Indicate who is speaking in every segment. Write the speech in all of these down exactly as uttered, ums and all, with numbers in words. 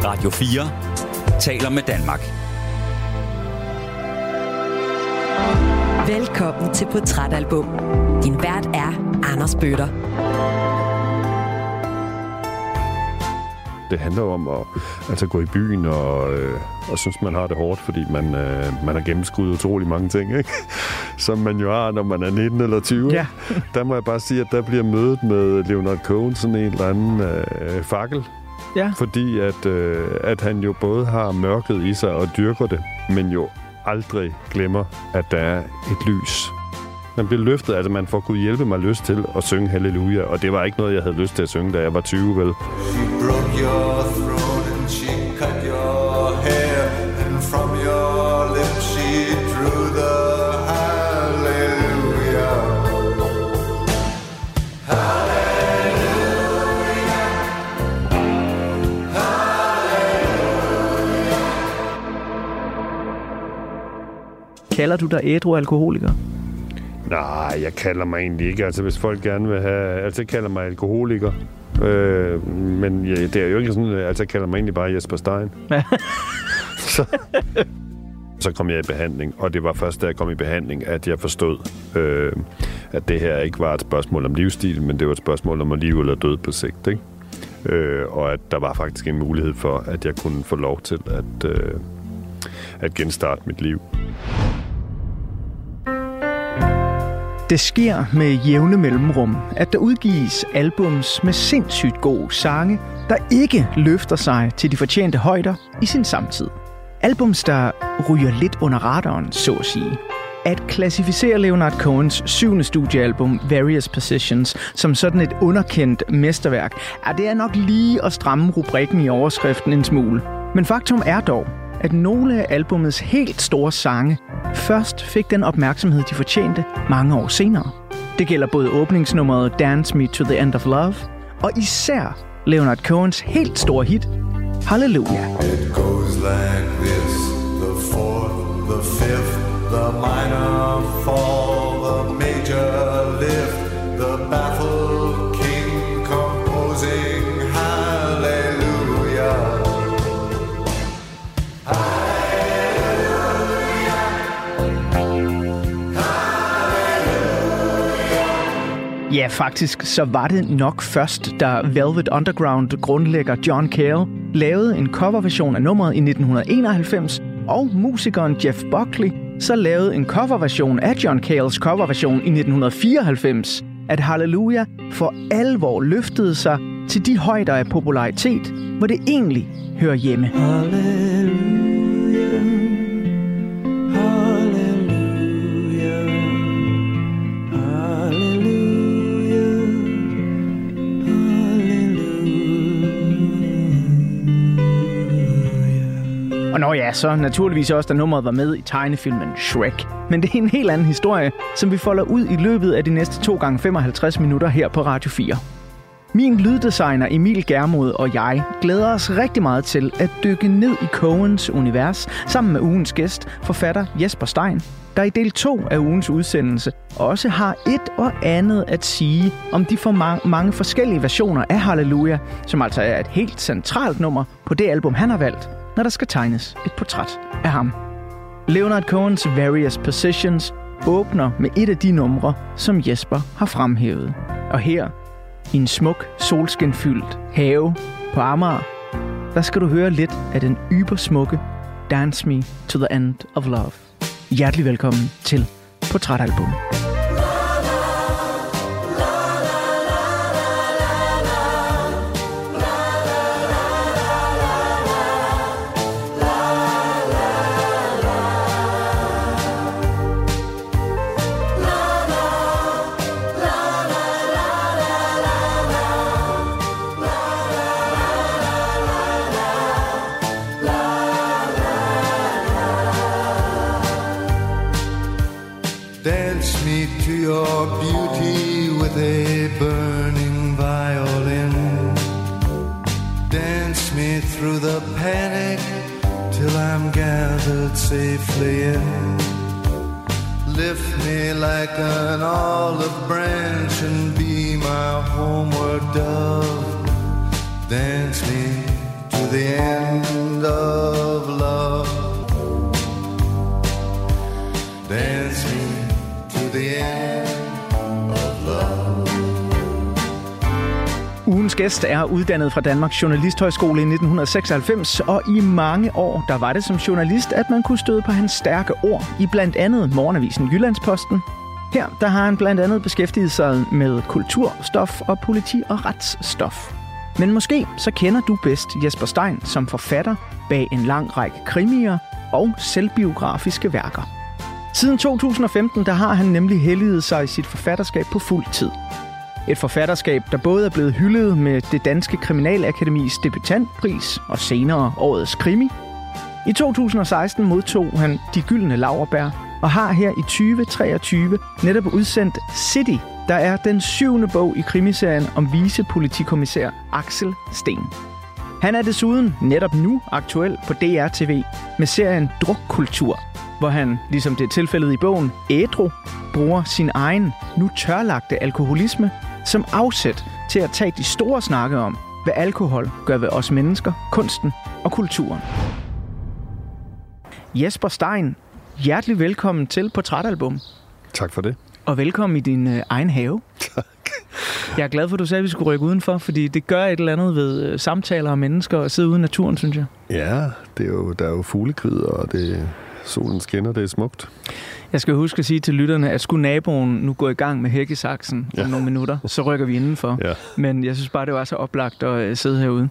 Speaker 1: Radio fire taler med Danmark.
Speaker 2: Velkommen til Portrætalbum. Din vært er Anders Bøtter.
Speaker 3: Det handler om at altså gå i byen og, øh, og synes, man har det hårdt, fordi man, øh, man har gennemskudt utrolig mange ting, ikke? Som man jo har, når man er nitten eller tyve.
Speaker 4: Ja.
Speaker 3: Der må jeg bare sige, at der bliver mødet med Leonard Cohen sådan en eller anden øh, fakkel.
Speaker 4: Ja.
Speaker 3: Fordi at, øh, at han jo både har mørket i sig og dyrker det, men jo aldrig glemmer, at der er et lys. Man bliver løftet, altså man får kunne hjælpe mig lyst til at synge Halleluja, og det var ikke noget, jeg havde lyst til at synge, da jeg var tyve, vel.
Speaker 5: She broke your throat and she cut your hair, and from your lips she drew the Hallelujah. Hallelujah. Hallelujah.
Speaker 4: Kalder du dig ædru alkoholiker?
Speaker 3: Nej, jeg kalder mig egentlig ikke. Altså, hvis folk gerne vil have... Altså, jeg kalder mig alkoholiker. Øh, men ja, det er jo ikke sådan... Altså, jeg kalder mig egentlig bare Jesper Stein.
Speaker 4: Ja.
Speaker 3: så, så kom jeg i behandling, og det var først, da jeg kom i behandling, at jeg forstod, øh, at det her ikke var et spørgsmål om livsstil, men det var et spørgsmål om at liv eller død på sigt, ikke? Øh, og at der var faktisk en mulighed for, at jeg kunne få lov til at, øh, at genstarte mit liv.
Speaker 4: Det sker med jævne mellemrum, at der udgives albums med sindssygt gode sange, der ikke løfter sig til de fortjente højder i sin samtid. Albums, der ryger lidt under radaren, så at sige. At klassificere Leonard Cohens syvende studiealbum, Various Positions, som sådan et underkendt mesterværk, er det er nok lige at stramme rubrikken i overskriften en smule. Men faktum er dog, at nogle af albumets helt store sange først fik den opmærksomhed, de fortjente mange år senere. Det gælder både åbningsnummeret Dance Me to the End of Love, og især Leonard Cohens helt store hit, Hallelujah.
Speaker 5: It goes like this, the fourth, the fifth, the minor fall, the major lift, the baffled king composing Hallelujah.
Speaker 4: Ja, faktisk så var det nok først, da Velvet Underground grundlægger John Cale lavede en coverversion af nummeret i nitten enoghalvfems, og musikeren Jeff Buckley så lavede en coverversion af John Cales coverversion i nitten fireoghalvfems, at Hallelujah for alvor løftede sig til de højder af popularitet, hvor det egentlig hører hjemme.
Speaker 5: Hallelujah.
Speaker 4: Og nå ja, så naturligvis også, da nummeret var med i tegnefilmen Shrek. Men det er en helt anden historie, som vi folder ud i løbet af de næste to gange femoghalvtreds minutter her på Radio fire. Min lyddesigner Emil Germod og jeg glæder os rigtig meget til at dykke ned i Cohens univers sammen med ugens gæst, forfatter Jesper Stein, der i del to af ugens udsendelse også har et og andet at sige om de for mange, mange forskellige versioner af Hallelujah, som altså er et helt centralt nummer på det album, han har valgt, når der skal tegnes et portræt af ham. Leonard Cohens Various Positions åbner med et af de numre, som Jesper har fremhævet. Og her, i en smuk, solskinfyldt have på Amager, der skal du høre lidt af den ybersmukke Dance Me to the End of Love. Hjertelig velkommen til Portrætalbum.
Speaker 5: Dance me to your beauty with a burning violin. Dance me through the panic till I'm gathered safely in. Lift me like an olive branch and be my homeward dove. Dance me to to the end of love. Dance me to the end of love.
Speaker 4: Ugens gæst er uddannet fra Danmarks Journalisthøjskole i nitten seksoghalvfems, og i mange år der var det som journalist, at man kunne støde på hans stærke ord i blandt andet Morgenavisen Jyllandsposten. Her der har han blandt andet beskæftiget sig med kulturstof og politi- og retsstof. Men måske så kender du bedst Jesper Stein som forfatter bag en lang række krimier og selvbiografiske værker. Siden to tusind og femten der har han nemlig helliget sig i sit forfatterskab på fuld tid. Et forfatterskab, der både er blevet hyldet med det danske Kriminalakademis debutantpris og senere årets krimi. I to tusind og seksten modtog han De Gyldne Laurbær og har her i tyve treogtyve netop udsendt City, der er den syvende bog i krimiserien om vicepolitikommissær Axel Steen. Han er desuden netop nu aktuel på D R T V med serien Drukkultur, hvor han, ligesom det er tilfældet i bogen Ædru, bruger sin egen, nu tørlagte alkoholisme som afsæt til at tage de store snakke om, hvad alkohol gør ved os mennesker, kunsten og kulturen. Jesper Stein, hjertelig velkommen til Portrætalbum.
Speaker 3: Tak for det.
Speaker 4: Og velkommen i din øh, egen have.
Speaker 3: Tak.
Speaker 4: Jeg er glad for, at du sagde, at vi skulle rykke udenfor, fordi det gør et eller andet ved øh, samtaler og mennesker og sidde ude i naturen, synes jeg.
Speaker 3: Ja, det er jo, der er jo fuglekrid, og det, solen skinner, det er smukt.
Speaker 4: Jeg skal huske at sige til lytterne, at skulle naboen nu gå i gang med hækkesaksen ja. om nogle minutter, så rykker vi indenfor. Ja. Men jeg synes bare, det var så oplagt at øh, sidde herude.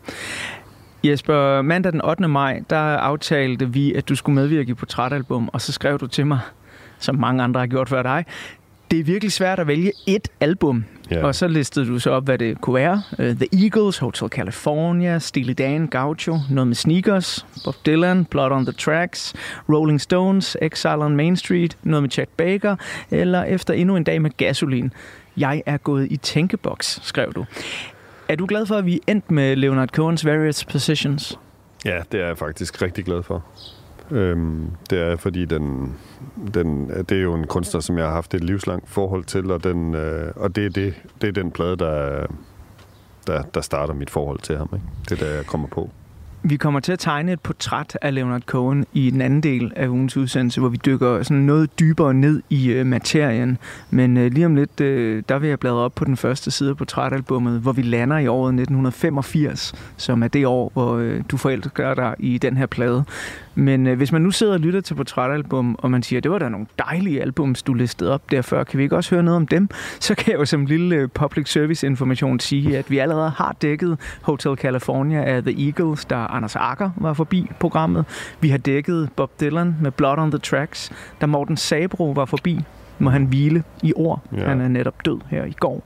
Speaker 4: Jesper, mandag den ottende maj, der aftalte vi, at du skulle medvirke i Portrætalbum, og så skrev du til mig, som mange andre har gjort før dig, det er virkelig svært at vælge et album. Yeah. Og så listede du så op, hvad det kunne være. Uh, The Eagles, Hotel California, Steely Dan, Gaucho, noget med Sneakers, Bob Dylan, Blood on the Tracks, Rolling Stones, Exile on Main Street, noget med Chet Baker, eller Efter endnu en dag med Gasolin. Jeg er gået i tænkeboks, skrev du. Er du glad for, at vi endte med Leonard Cohens Various Positions?
Speaker 3: Ja, det er jeg faktisk rigtig glad for. Øhm, det er, fordi den, den, det er jo en kunstner, som jeg har haft et livslangt forhold til, og, den, øh, og det, er det, det er den plade, der, der, der starter mit forhold til ham. Ikke? Det er der, jeg kommer på.
Speaker 4: Vi kommer til at tegne et portræt af Leonard Cohen i den anden del af ugens udsendelse, hvor vi dykker sådan noget dybere ned i øh, materien. Men øh, lige om lidt, øh, der vil jeg bladre op på den første side af portrætalbummet, hvor vi lander i året nitten femogfirs, som er det år, hvor øh, du forelsker dig i den her plade. Men øh, hvis man nu sidder og lytter til portrætalbum, og man siger, det var da nogle dejlige albums, du listede op der før, kan vi ikke også høre noget om dem? Så kan jeg jo som lille øh, public service information sige, at vi allerede har dækket Hotel California af The Eagles, der Anders Agger var forbi programmet. Vi har dækket Bob Dylan med Blood on the Tracks, da Morten Sabroe var forbi, må han hvile i ord. Ja. Han er netop død her i går.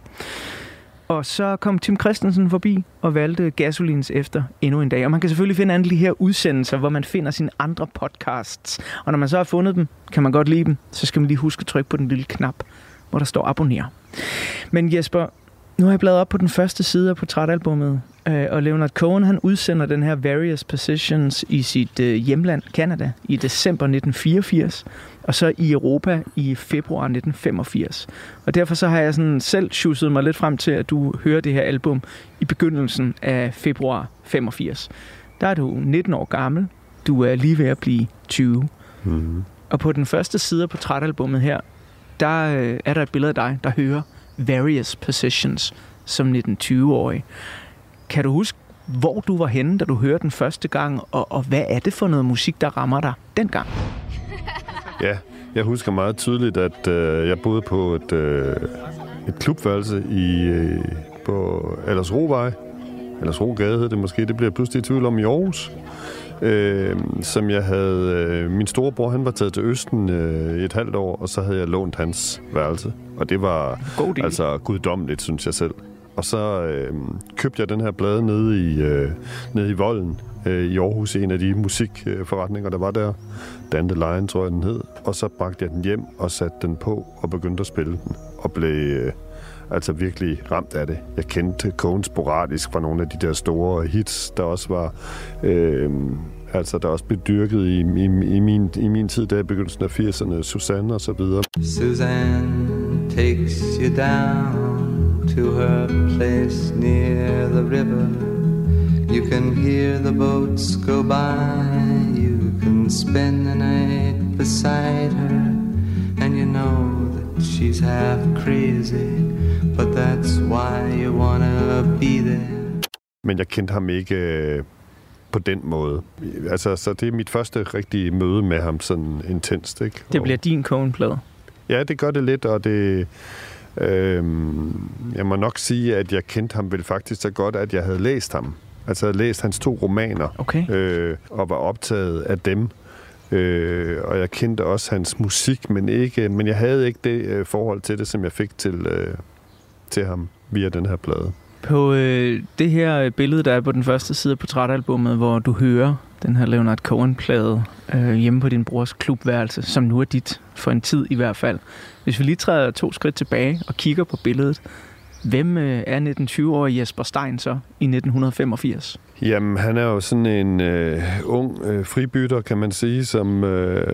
Speaker 4: Og så kom Tim Christensen forbi og valgte Gasolins Efter endnu en dag. Og man kan selvfølgelig finde alle de her udsendelser, hvor man finder sine andre podcasts. Og når man så har fundet dem, kan man godt lide dem, så skal man lige huske at trykke på den lille knap, hvor der står abonner. Men Jesper, nu har jeg bladret op på den første side af portrætalbummet, og Leonard Cohen, han udsender den her Various Positions i sit øh, hjemland, Canada, i december nitten fireogfirs, og så i Europa i februar nitten femogfirs. Og derfor så har jeg sådan selv sjusset mig lidt frem til, at du hører det her album i begyndelsen af februar femogfirs. Der er du nitten år gammel, du er lige ved at blive tyve. Mm-hmm. Og på den første side af portrætalbummet her, der øh, er der et billede af dig, der hører Various Positions som nitten-tyve-årig. Kan du huske, hvor du var henne, da du hørte den første gang, og, og hvad er det for noget musik, der rammer dig dengang?
Speaker 3: Ja, jeg husker meget tydeligt, at øh, jeg boede på et, øh, et klubværelse i, øh, på Aldersrovej. Aldersrogade hed det måske, det bliver jeg pludselig i tvivl om i Aarhus. Øh, som jeg havde... Øh, min storebror, han var taget til Østen øh, et halvt år, og så havde jeg lånt hans værelse. Og det var altså guddommeligt, synes jeg selv. Og så øh, købte jeg den her plade nede i, øh, nede i Volden øh, i Aarhus, en af de musikforretninger, der var der. Dandelion, tror jeg, den hed. Og så bragte jeg den hjem og satte den på og begyndte at spille den. Og blev øh, altså virkelig ramt af det. Jeg kendte Cohen sporadisk fra nogle af de der store hits, der også var... Øh, altså, der også blev dyrket i, i, i, min, i min tid, der i begyndelsen af firserne. Susanne og så videre.
Speaker 6: Susanne takes you down to her place near the river. You You can hear the boats go by. You can spend the night beside her. And you know that she's half crazy, but that's why you wanna be there.
Speaker 3: Men jeg kendte ham ikke øh, på den måde. Altså, så det er mit første rigtige møde med ham, sådan intenst, ikke?
Speaker 4: Det bliver din Cohen-plade.
Speaker 3: Ja, det gør det lidt, og det... Øh, jeg må nok sige, at jeg kendte ham vel faktisk så godt, at jeg havde læst ham. Altså, jeg havde læst hans to romaner,
Speaker 4: okay.
Speaker 3: øh, og var optaget af dem. Øh, og jeg kendte også hans musik, men ikke, men jeg havde ikke det øh, forhold til det, som jeg fik til, øh, til ham via den her plade.
Speaker 4: På øh, det her billede, der er på den første side af portrætalbummet, hvor du hører den her Leonard Cohen-plade øh, hjemme på din brors klubværelse, som nu er dit, for en tid i hvert fald. Hvis vi lige træder to skridt tilbage og kigger på billedet, hvem øh, er nitten-tyve-årige Jesper Stein så i nitten femogfirs?
Speaker 3: Jamen, han er jo sådan en øh, ung øh, fribytter, kan man sige, som øh,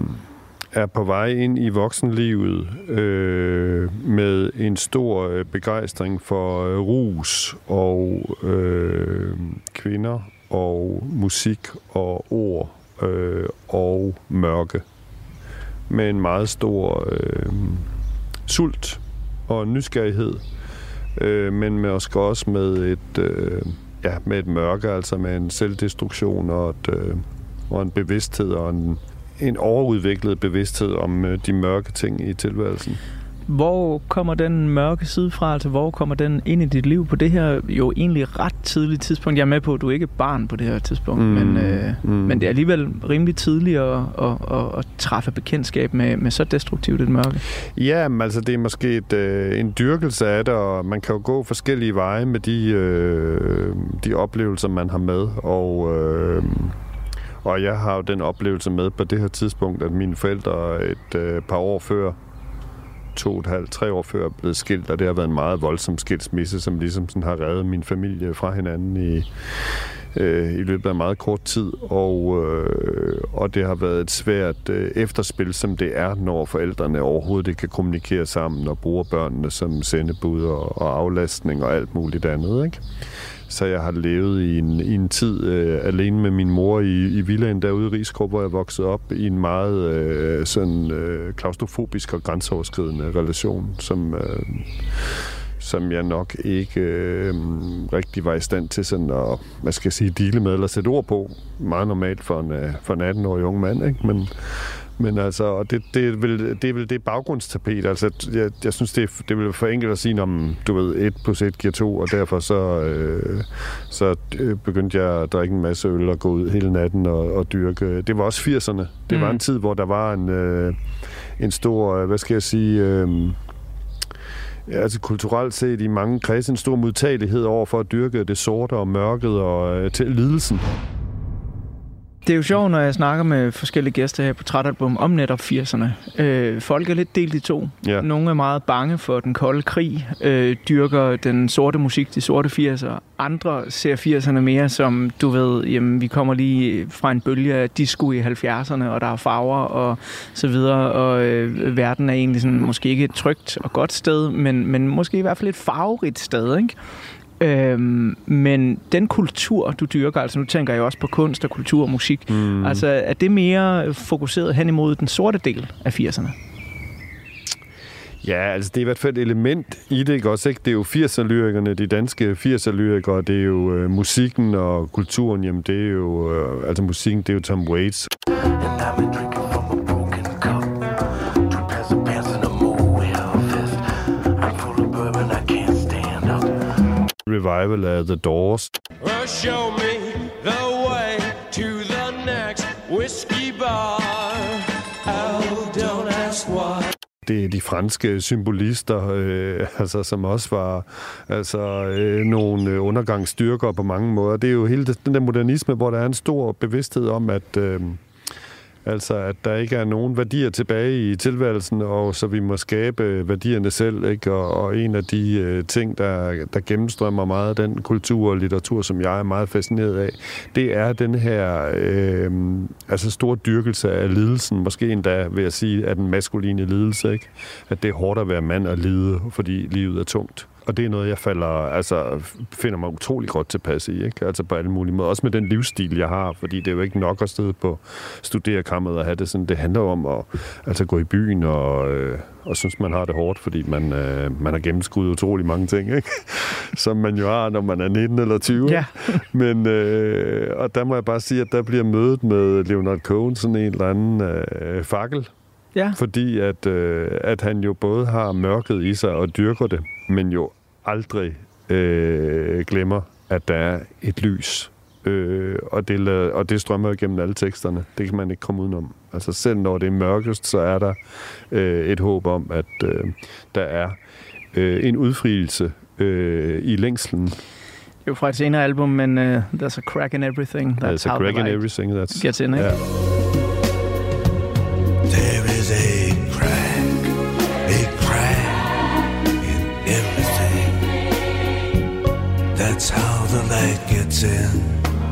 Speaker 3: er på vej ind i voksenlivet øh, med en stor øh, begejstring for øh, rus og øh, kvinder og musik og ord øh, og mørke. Med en meget stor øh, sult og nysgerrighed, øh, men med også med et... Øh, Ja, med et mørke, altså med en selvdestruktion og, et, øh, og en bevidsthed og en, en overudviklet bevidsthed om øh, de mørke ting i tilværelsen. Hvor
Speaker 4: kommer den mørke side fra? Altså, hvor kommer den ind i dit liv på det her jo egentlig ret tidligt tidspunkt? Jeg er med på, at du ikke er barn på det her tidspunkt, mm, men, øh, mm. men det er alligevel rimelig tidligt at, at, at, at træffe bekendtskab med, med så destruktivt et mørke.
Speaker 3: Ja, men altså det er måske et, øh, en dyrkelse af det, og man kan jo gå forskellige veje med de, øh, de oplevelser, man har med, og... Øh, og jeg har jo den oplevelse med på det her tidspunkt, at mine forældre et øh, par år før to og et halvt, tre år før er blevet skilt, og det har været en meget voldsom skilsmisse, som ligesom sådan har reddet min familie fra hinanden i, øh, i løbet af meget kort tid, og, øh, og det har været et svært øh, efterspil, som det er, når forældrene overhovedet ikke kan kommunikere sammen og bruger børnene som sendebud og, og aflastning og alt muligt andet, ikke? Så jeg har levet i en, i en tid øh, alene med min mor i, i villaen derude i Rigsgruppe, hvor jeg voksede op i en meget øh, sådan, øh, klaustrofobisk og grænseoverskridende relation, som, øh, som jeg nok ikke øh, rigtig var i stand til sådan at, hvad skal jeg sige, dele med eller sætte ord på. Meget normalt for en, for en atten-årig ung mand, ikke? Men, men altså, og det, det, er vel, det er vel det baggrundstapet. Altså, jeg, jeg synes, det er, det er vel for enkelt at sige, om du ved, et plus et giver to, og derfor så, øh, så begyndte jeg at drikke en masse øl og gå ud hele natten og, og dyrke. Det var også firserne. Det mm. var en tid, hvor der var en, øh, en stor, hvad skal jeg sige... Øh, altså kulturelt set i mange kredse en stor modtagelighed over for at dyrke det sorte og mørket og øh, til lidelsen.
Speaker 4: Det er jo sjovt, når jeg snakker med forskellige gæster her på Portrætalbum om netop firserne. Øh, folk er lidt delt i to. Ja. Nogle er meget bange for den kolde krig, øh, dyrker den sorte musik, de sorte firser. Andre ser firserne mere som, du ved, jamen, vi kommer lige fra en bølge af disco i halvfjerdserne, og der er farver og så videre, og øh, verden er egentlig sådan, måske ikke et trygt og godt sted, men, men måske i hvert fald et farverigt sted, ikke? Øhm, men den kultur, du dyrker, altså nu tænker jeg også på kunst og kultur og musik, mm. altså er det mere fokuseret hen imod den sorte del af firserne?
Speaker 3: Ja, altså det er i hvert fald et element i det, ikke også, ikke? Det er jo firser-lyrikerne, de danske firser-lyrikere, det er jo øh, musikken og kulturen, jamen det er jo, øh, altså musikken, det er jo Tom Waits. Revival af The Doors.
Speaker 7: Show me the way to the next whiskey bar. Oh, don't ask why.
Speaker 3: Det er de franske symbolister, øh, altså, som også var altså, øh, nogle undergangsstyrker på mange måder. Det er jo hele den der modernisme, hvor der er en stor bevidsthed om, at øh, altså, at der ikke er nogen værdier tilbage i tilværelsen, og så vi må skabe værdierne selv, ikke? Og, og en af de øh, ting, der, der gennemstrømmer meget af den kultur og litteratur, som jeg er meget fascineret af, det er den her øh, altså stor dyrkelse af lidelsen, måske endda vil jeg sige, af den maskuline lidelse, ikke? At det er hårdt at være mand og lide, fordi livet er tungt. Og det er noget, jeg falder, altså, finder mig utrolig godt tilpas i, ikke? Altså på alle mulige måder. Også med den livsstil, jeg har, fordi det er jo ikke nok at sidde på studerekammeret og have det sådan. Det handler om at altså, gå i byen og, øh, og synes, man har det hårdt, fordi man, øh, man har gennemskuddet utrolig mange ting, ikke? Som man jo har, når man er nitten eller tyve.
Speaker 4: Ja.
Speaker 3: Men, øh, og der må jeg bare sige, at der bliver mødet med Leonard Cohen sådan en eller anden øh, fakkel.
Speaker 4: Ja.
Speaker 3: Fordi at, øh, at han jo både har mørket i sig og dyrker det, men jo aldrig øh, glemmer, at der er et lys. Øh, og, det, og det strømmer igennem alle teksterne. Det kan man ikke komme udenom. Altså selv når det er mørkest, så er der øh, et håb om, at øh, der er øh, en udfrielse øh, i længslen.
Speaker 4: Det er jo fra et senere album, men uh, There's a Crack in Everything. That's
Speaker 3: There's a Crack in Everything. That's,
Speaker 4: gets in, ikke?
Speaker 3: Yeah.
Speaker 5: There is a crack, a crack in everything. That's how the light gets in.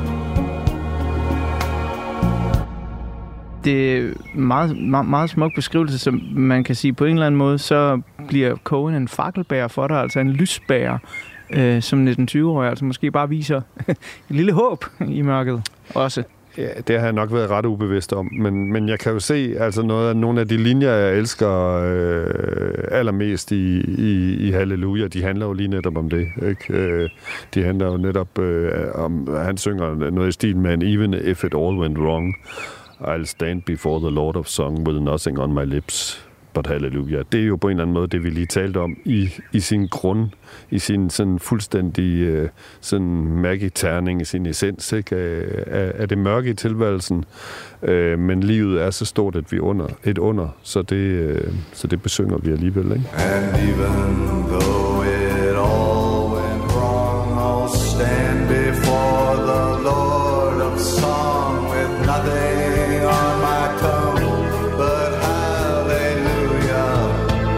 Speaker 4: Det er meget, meget, meget smuk beskrivelse, som man kan sige på en eller anden måde, så bliver Cohen en fakkelbærer for dig, altså en lysbærer, øh, som nitten-tyve-årig, altså måske bare viser et lille håb i mørket også.
Speaker 3: Ja, det har jeg nok været ret ubevidst om, men, men jeg kan jo se, altså noget af, nogle af de linjer, jeg elsker øh, allermest i, i, i Halleluja, de handler jo lige netop om det, ikke? Øh, de handler jo netop øh, om, han synger noget i stil med en even if it all went wrong, I'll stand before the Lord of Song with nothing on my lips but hallelujah. Det er jo på en eller anden måde det, vi lige talte om i, i sin grund, i sin sådan fuldstændig uh, sådan mærketerning, i sin essens, ikke? Af, af det mørke i tilværelsen. Uh, men livet er så stort, at vi er under, et under, så det, uh, så det besynger vi alligevel, ikke?
Speaker 5: And even though it all went wrong, I'll stand before the Lord of Song with nothing on my tongue but hallelujah.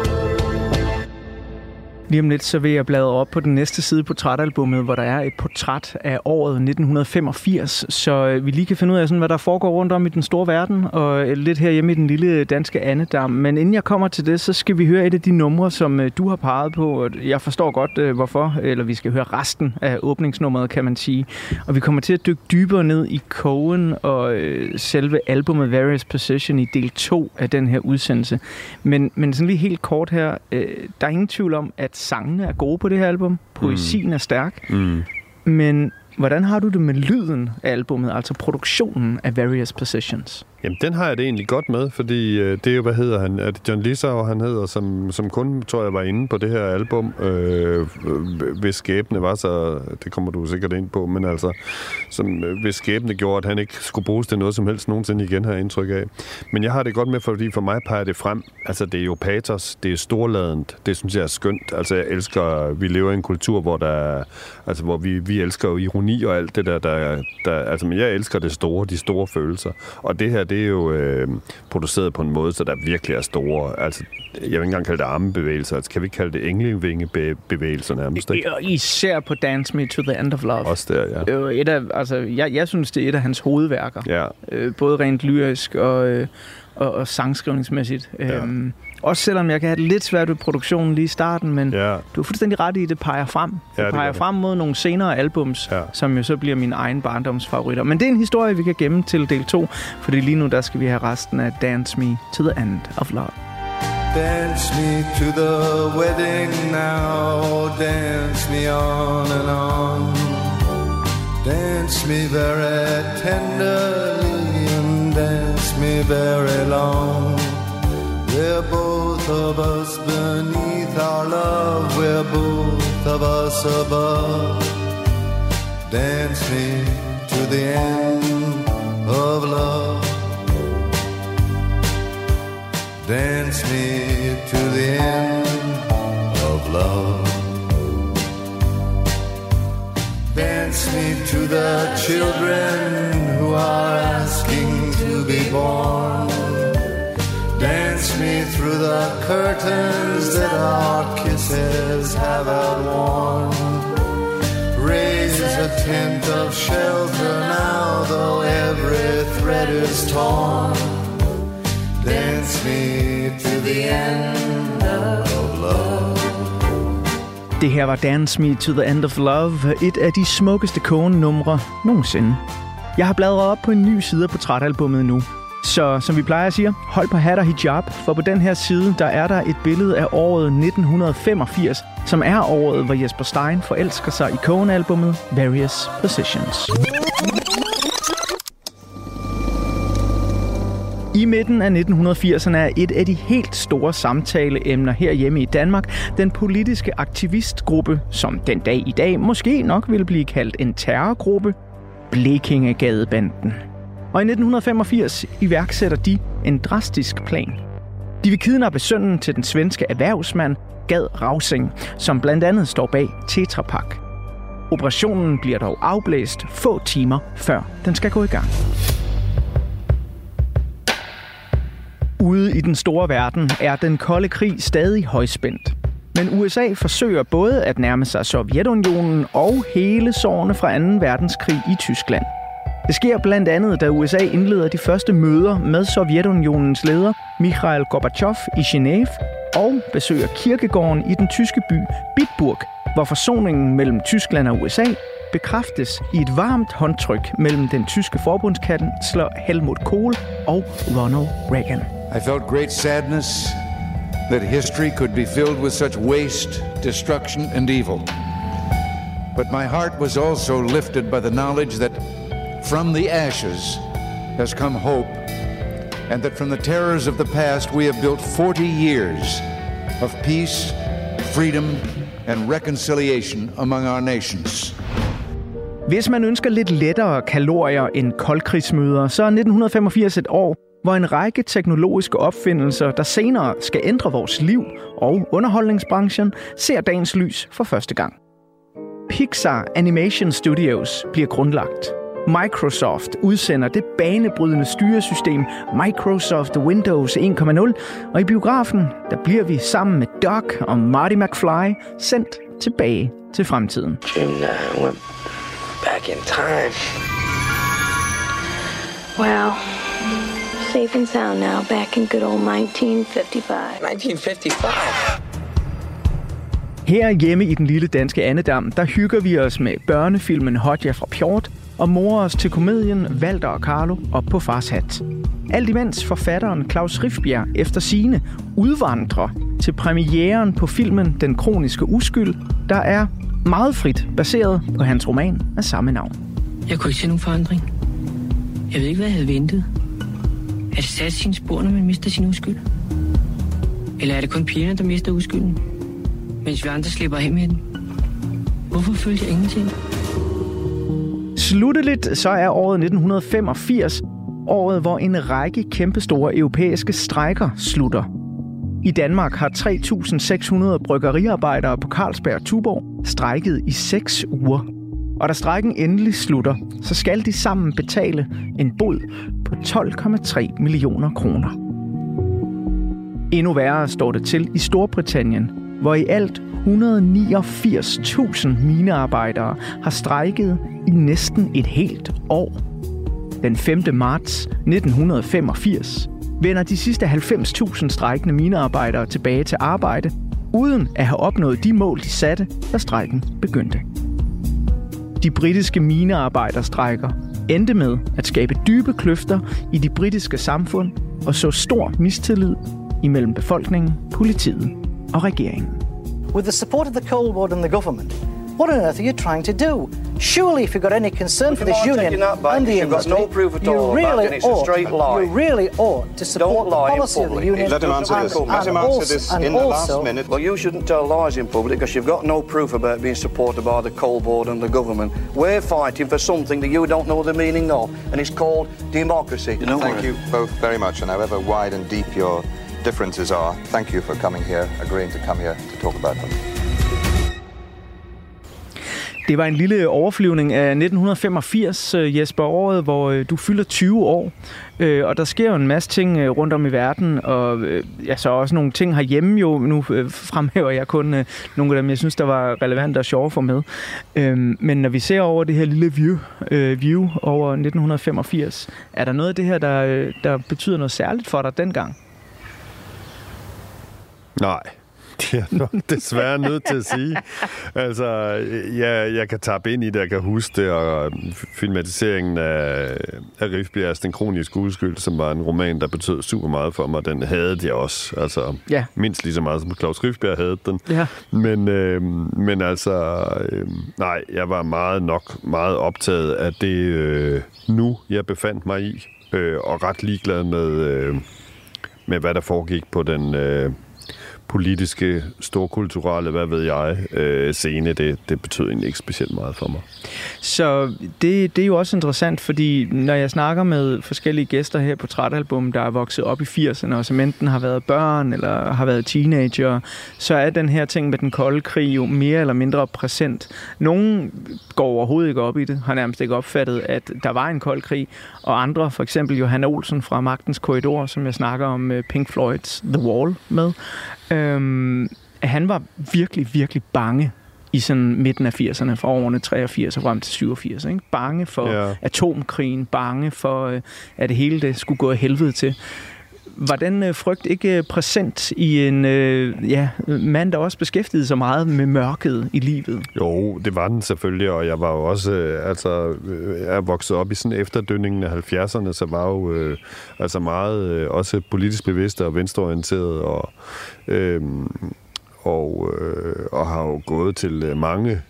Speaker 4: Lige om lidt, så vil jeg bladre op på den næste side på portrætalbummet, hvor der er et portræt af året nitten femogfirs, så vi lige kan finde ud af, sådan, hvad der foregår rundt om i den store verden, og lidt herhjemme i den lille danske andedam. Men inden jeg kommer til det, så skal vi høre et af de numre, som du har peget på. Jeg forstår godt, hvorfor, eller vi skal høre resten af åbningsnummeret, kan man sige. Og vi kommer til at dykke dybere ned i Cohen og selve albumet Various Position i del to af den her udsendelse. Men, men sådan lige helt kort her, der er ingen tvivl om, at sangene er gode på det her album. Poesien mm. er stærk. Mm. Men hvordan har du det med lyden af albummet, altså produktionen af Various Positions?
Speaker 3: Jamen, den har jeg det egentlig godt med, fordi øh, det er jo, hvad hedder han? Er det John Lissau, han hedder, som, som kun, tror jeg, var inde på det her album, øh, hvis skæbne var så, det kommer du sikkert ind på, men altså, som, hvis skæbne gjorde, at han ikke skulle bruges til noget som helst nogensinde igen, har jeg indtryk af. Men jeg har det godt med, fordi for mig peger det frem, altså det er jo patos, det er storladent, det synes jeg er skønt. Altså jeg elsker, vi lever i en kultur, hvor der, altså hvor vi, vi elsker jo ironi og alt det der, der, der altså men jeg elsker det store, de store følelser. Og det her, det er jo øh, produceret på en måde, så der virkelig er store, altså jeg vil ikke engang kalde det armebevægelser, altså kan vi ikke kalde det englevingebevægelser nærmest, ikke?
Speaker 4: Især på Dance Me to the End of Love.
Speaker 3: Også der, ja.
Speaker 4: Øh, et af, altså, jeg, jeg synes, det er et af hans hovedværker.
Speaker 3: Ja.
Speaker 4: Øh, både rent lyrisk og, øh, og, og sangskrivningsmæssigt. Ja. Øhm, også selvom jeg kan have det lidt svært ved produktionen lige i starten, men ja. Du er fuldstændig ret i, det peger frem. Det, ja, det peger frem mod nogle senere albums, ja. Som jo så bliver mine egen barndomsfavoritter. Men det er en historie, vi kan gemme til del to, fordi lige nu der skal vi have resten af Dance Me to the End of Love.
Speaker 5: Dance me to the wedding now, dance me on and on. Dance me very tenderly and dance me very long. We're both of us beneath our love, we're both of us above. Dance me to the end of love. Dance me to the end of love. Dance me to the children who are asking to be born. Dance me through the curtains that our kisses have outworn. Raise a tent of shelter now, though every thread is torn. Dance me to the end of love.
Speaker 4: Det her var Dance Me to the End of Love, et af de smukkeste Cohen-numre nogensinde. Jeg har bladret op på en ny side af portrætalbummet nu. Så som vi plejer at sige, hold på hat og hijab, for på den her side, der er der et billede af året nitten femogfirs, som er året, hvor Jesper Stein forelsker sig i Cohen-albummet Various Positions. I midten af nitten firserne er et af de helt store samtaleemner herhjemme i Danmark den politiske aktivistgruppe, som den dag i dag måske nok ville blive kaldt en terrorgruppe, Blekingegadebanden. Og i nitten femogfirs iværksætter de en drastisk plan. De vil kidnappe sønnen til den svenske erhvervsmand Gad Rausing, som blandt andet står bag Tetra Pak. Operationen bliver dog afblæst få timer før den skal gå i gang. Ude i den store verden er den kolde krig stadig højspændt. Men U S A forsøger både at nærme sig Sovjetunionen og hele sårene fra anden verdenskrig i Tyskland. Det sker blandt andet, da U S A indleder de første møder med Sovjetunionens leder Mikhail Gorbachev i Genève og besøger kirkegården i den tyske by Bitburg, hvor forsoningen mellem Tyskland og U S A bekræftes i et varmt håndtryk mellem den tyske forbundskansler Helmut Kohl og Ronald Reagan.
Speaker 8: I felt great sadness that history could be filled with such waste, destruction and evil. But my heart was also lifted by the knowledge that from the ashes has come hope, and that from the terrors of the past we have built forty years of peace, freedom and reconciliation among our nations.
Speaker 4: Hvis man ønsker lidt lettere kalorier end koldkrigsmøder, så er nitten femogfirs et år, hvor en række teknologiske opfindelser, der senere skal ændre vores liv og underholdningsbranchen, ser dagens lys for første gang. Pixar Animation Studios bliver grundlagt. Microsoft udsender det banebrydende styresystem Microsoft Windows en punkt nul, og i biografen, der bliver vi sammen med Doc og Marty McFly sendt tilbage til fremtiden.
Speaker 9: June nine went back in time.
Speaker 10: Wow. Safe and sound now, back in good old nineteen fifty-five.
Speaker 9: nineteen fifty-five?
Speaker 4: Her hjemme i den lille danske Annedam, der hygger vi os med børnefilmen Hodja fra Pjort og morer os til komedien Walter og Carlo op på fars hat. Alt imens forfatteren Claus Rifbjerg efter sigende udvandrer til premieren på filmen Den kroniske uskyld, der er meget frit baseret på hans roman af samme navn.
Speaker 11: Jeg kunne ikke se nogen forandring. Jeg ved ikke, hvad jeg havde ventet. Er det sat sine spor, når man mister sin uskyld? Eller er det kun pigerne, der mister uskylden, mens vi andre slipper af med den? Hvorfor følte jeg ingenting?
Speaker 4: Slutteligt så er året nitten femogfirs året, hvor en række kæmpestore europæiske strejker slutter. I Danmark har tre tusind seks hundrede bryggeriarbejdere på Carlsberg og Tuborg strejket i seks uger. Og da strejken endelig slutter, så skal de sammen betale en bod på tolv komma tre millioner kroner. Endnu værre står det til i Storbritannien, hvor i alt et hundrede og niogfirs tusind minearbejdere har strejket i næsten et helt år. Den femte marts nitten femogfirs vender de sidste halvfems tusind strejkende minearbejdere tilbage til arbejde, uden at have opnået de mål, de satte, da strejken begyndte. De britiske minearbejderstrejker endte med at skabe dybe kløfter i de britiske samfund og så stor mistillid imellem befolkningen, politiet og regeringen.
Speaker 12: With the support of the Cold War and the government, what on earth are you trying to do? Surely, if you've got any concern for this union and the industry,
Speaker 13: no proof at
Speaker 12: you
Speaker 13: all
Speaker 12: really
Speaker 13: it's a
Speaker 12: ought,
Speaker 13: straight lie.
Speaker 12: you really ought to support the policy of the union.
Speaker 13: Let him answer
Speaker 12: and,
Speaker 13: this.
Speaker 12: and
Speaker 13: Let him answer
Speaker 12: also,
Speaker 13: this
Speaker 12: and
Speaker 13: in the
Speaker 12: also,
Speaker 13: last minute. Well, you shouldn't tell lies in public because you've got no proof about being supported by the Cold Board and the government. We're fighting for something that you don't know the meaning of, and it's called democracy. You know,
Speaker 14: thank you both very much, and however wide and deep your differences are, thank you for coming here, agreeing to come here to talk about them.
Speaker 4: Det var en lille overflyvning af nitten femogfirs, Jesper, året, hvor du fylder tyve år. Og der sker jo en masse ting rundt om i verden, og ja, så også nogle ting herhjemme jo. Nu fremhæver jeg kun nogle af dem, jeg synes, der var relevant og sjove for med. Men når vi ser over det her lille view, view over nitten femogfirs, er der noget af det her, der, der betyder noget særligt for dig dengang?
Speaker 3: Nej. Det er nok desværre nødt til at sige. Altså, jeg, jeg kan tappe ind i det, jeg kan huske det, og filmatiseringen af, af Rifbjergs Den kroniske uskyld, som var en roman, der betød super meget for mig, den havde jeg også. Altså,
Speaker 4: ja.
Speaker 3: mindst lige så meget, som Claus Rifbjerg havde den.
Speaker 4: Ja.
Speaker 3: Men, øh, men altså, øh, nej, jeg var meget nok meget optaget af det øh, nu, jeg befandt mig i, øh, og ret ligeglad med, øh, med, hvad der foregik på den øh, politiske, storkulturelle, hvad ved jeg, øh, scene. Det, det betød egentlig ikke specielt meget for mig.
Speaker 4: Så det, det er jo også interessant, fordi når jeg snakker med forskellige gæster her på Portrætalbum, der er vokset op i firserne, og som enten har været børn eller har været teenager, så er den her ting med den kolde krig jo mere eller mindre præsent. Nogle går overhovedet ikke op i det, har nærmest ikke opfattet, at der var en kold krig, og andre, for eksempel Johan Olsen fra Magtens Korridor, som jeg snakker om Pink Floyds The Wall med, øhm, han var virkelig, virkelig bange i sådan midten af firserne, fra årene treogfirs og frem til syvogfirs. Ikke? Bange for ja. atomkrigen, bange for, at det hele det skulle gå af helvede til. Var den frygt ikke præsent i en ja, mand, der også beskæftigede sig meget med mørket i livet?
Speaker 3: Jo, det var den selvfølgelig, og jeg var jo også, altså, jeg er vokset op i sådan efterdønningen af halvfjerdserne, så var jo øh, altså meget øh, også politisk bevidst og venstreorienteret, og øh, Og, øh, og har jo gået til mange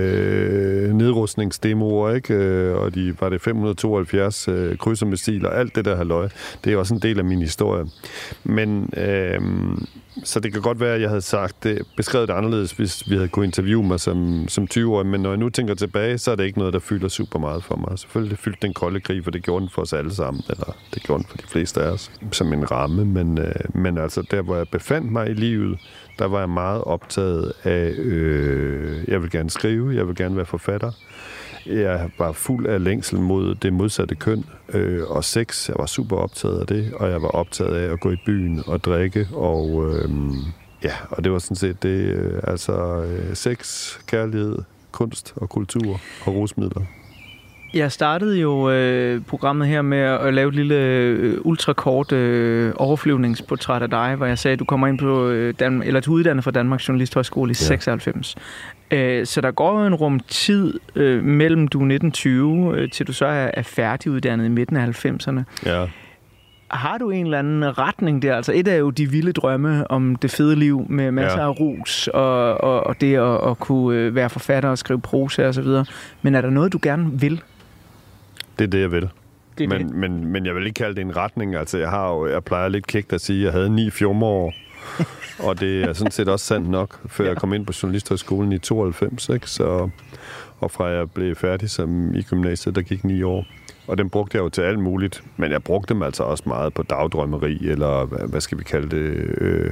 Speaker 3: øh, nedrustningsdemoer, ikke? Og de var det fem hundrede tooghalvfjerds øh, krydsermissiler, alt det der halløj. Det er også en del af min historie. Men øh, så det kan godt være, at jeg havde sagt det, beskrevet det anderledes, hvis vi havde kunnet interviewe mig som, som tyve-årig. Men når jeg nu tænker tilbage, så er det ikke noget, der fylder super meget for mig. Selvfølgelig fyldte den kolde krig, for det gjorde den for os alle sammen. Eller det gjorde den for de fleste af os, som en ramme. Men, øh, men altså der, hvor jeg befandt mig i livet, der var jeg meget optaget af, øh, jeg vil gerne skrive, jeg vil gerne være forfatter. Jeg var fuld af længsel mod det modsatte køn øh, og sex. Jeg var super optaget af det, og jeg var optaget af at gå i byen og drikke. Og øh, ja, og det var sådan set det, øh, altså øh, sex, kærlighed, kunst og kultur og rusmidler.
Speaker 4: Jeg startede jo øh, programmet her med at lave et lille øh, ultrakort øh, overflyvningsportræt af dig, hvor jeg sagde, at du kommer ind på øh, Dan- eller du er uddannet fra Danmarks Journalisthøjskole i ja. seksoghalvfems. Øh, så der går jo en rum tid øh, mellem du er nitten tyve, øh, til du så er, er færdiguddannet i midten af halvfemserne.
Speaker 3: Ja.
Speaker 4: Har du en eller anden retning der? Altså et er jo de vilde drømme om det fede liv med masser ja. af rus og, og, og det at, at kunne være forfatter og skrive prosa og så videre. Men er der noget, du gerne vil?
Speaker 3: Det er det, jeg vil.
Speaker 4: Det
Speaker 3: men,
Speaker 4: det.
Speaker 3: Men, men jeg vil ikke kalde det en retning. Altså, jeg, har jo, jeg plejer lidt kægt at sige, at jeg havde ni fjumreår. Og det er sådan set også sandt nok, før ja. jeg kom ind på Journalisthøjskolen i tooghalvfems. Ikke? Så, og fra jeg blev færdig som i gymnasiet, der gik ni år. Og den brugte jeg jo til alt muligt. Men jeg brugte dem altså også meget på dagdrømmeri, eller hvad skal vi kalde det? Øh,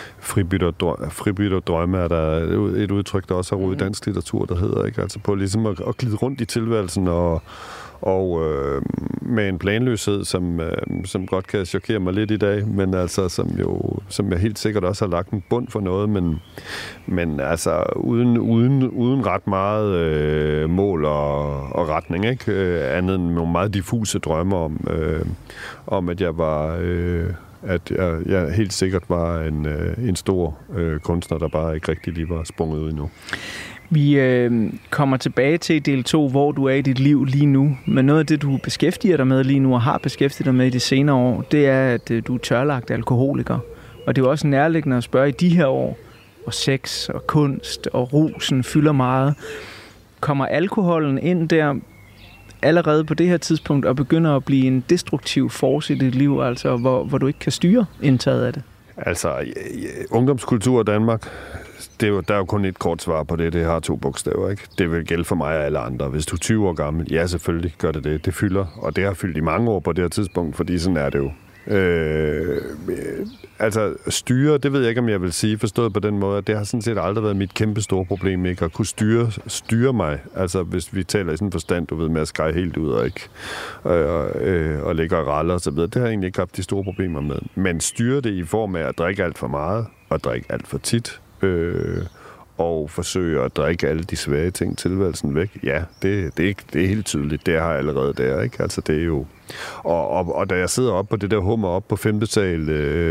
Speaker 3: fribytterdrømme er der et udtryk, der også har rodet i dansk litteratur, der hedder. Ikke? Altså på ligesom at, at glide rundt i tilværelsen og og øh, med en planløshed, som, øh, som godt kan chokere mig lidt i dag, men altså, som jo, som jeg helt sikkert også har lagt en bund for noget, men, men altså, uden, uden, uden ret meget øh, mål og, og retning, ikke? Øh, andet end nogle meget diffuse drømme om, øh, om at jeg var, øh, at jeg, jeg helt sikkert var en, øh, en stor øh, kunstner, der bare ikke rigtig lige var sprunget ud endnu.
Speaker 4: Vi øh, kommer tilbage til del to, hvor du er i dit liv lige nu. Men noget af det, du beskæftiger dig med lige nu, og har beskæftiget dig med i de senere år, det er, at øh, du er tørlagt alkoholiker. Og det er jo også nærliggende at spørge i de her år, hvor sex og kunst og rusen fylder meget. Kommer alkoholen ind der allerede på det her tidspunkt og begynder at blive en destruktiv force i dit liv, altså hvor, hvor du ikke kan styre indtaget af det?
Speaker 3: Altså, ungdomskultur i Danmark, det er jo, der er jo kun et kort svar på det. Det har to bogstaver, ikke? Det vil gælde for mig og alle andre. Hvis du er tyve år gammel, ja, selvfølgelig gør det det. Det fylder, og det har fyldt i mange år på det her tidspunkt, fordi sådan er det jo. Øh, altså, styre, det ved jeg ikke, om jeg vil sige, forstået på den måde, at det har sådan set aldrig været mit kæmpe store problem, ikke? At kunne styre, styre mig. Altså, hvis vi taler i sådan en forstand, du ved, med at skræge helt ud og ikke og, og, øh, og lægge og ralle og så videre. Det har jeg egentlig ikke haft de store problemer med. Men styre det i form af at drikke alt for meget og drikke alt for tit. Øh, og forsøger at drikke alle de svære ting tilværelsen væk. Ja, det, det, er, det er helt tydeligt. Det har jeg allerede der, ikke? Altså, det er jo... Og, og, og da jeg sidder op på det der hummer op på femte sal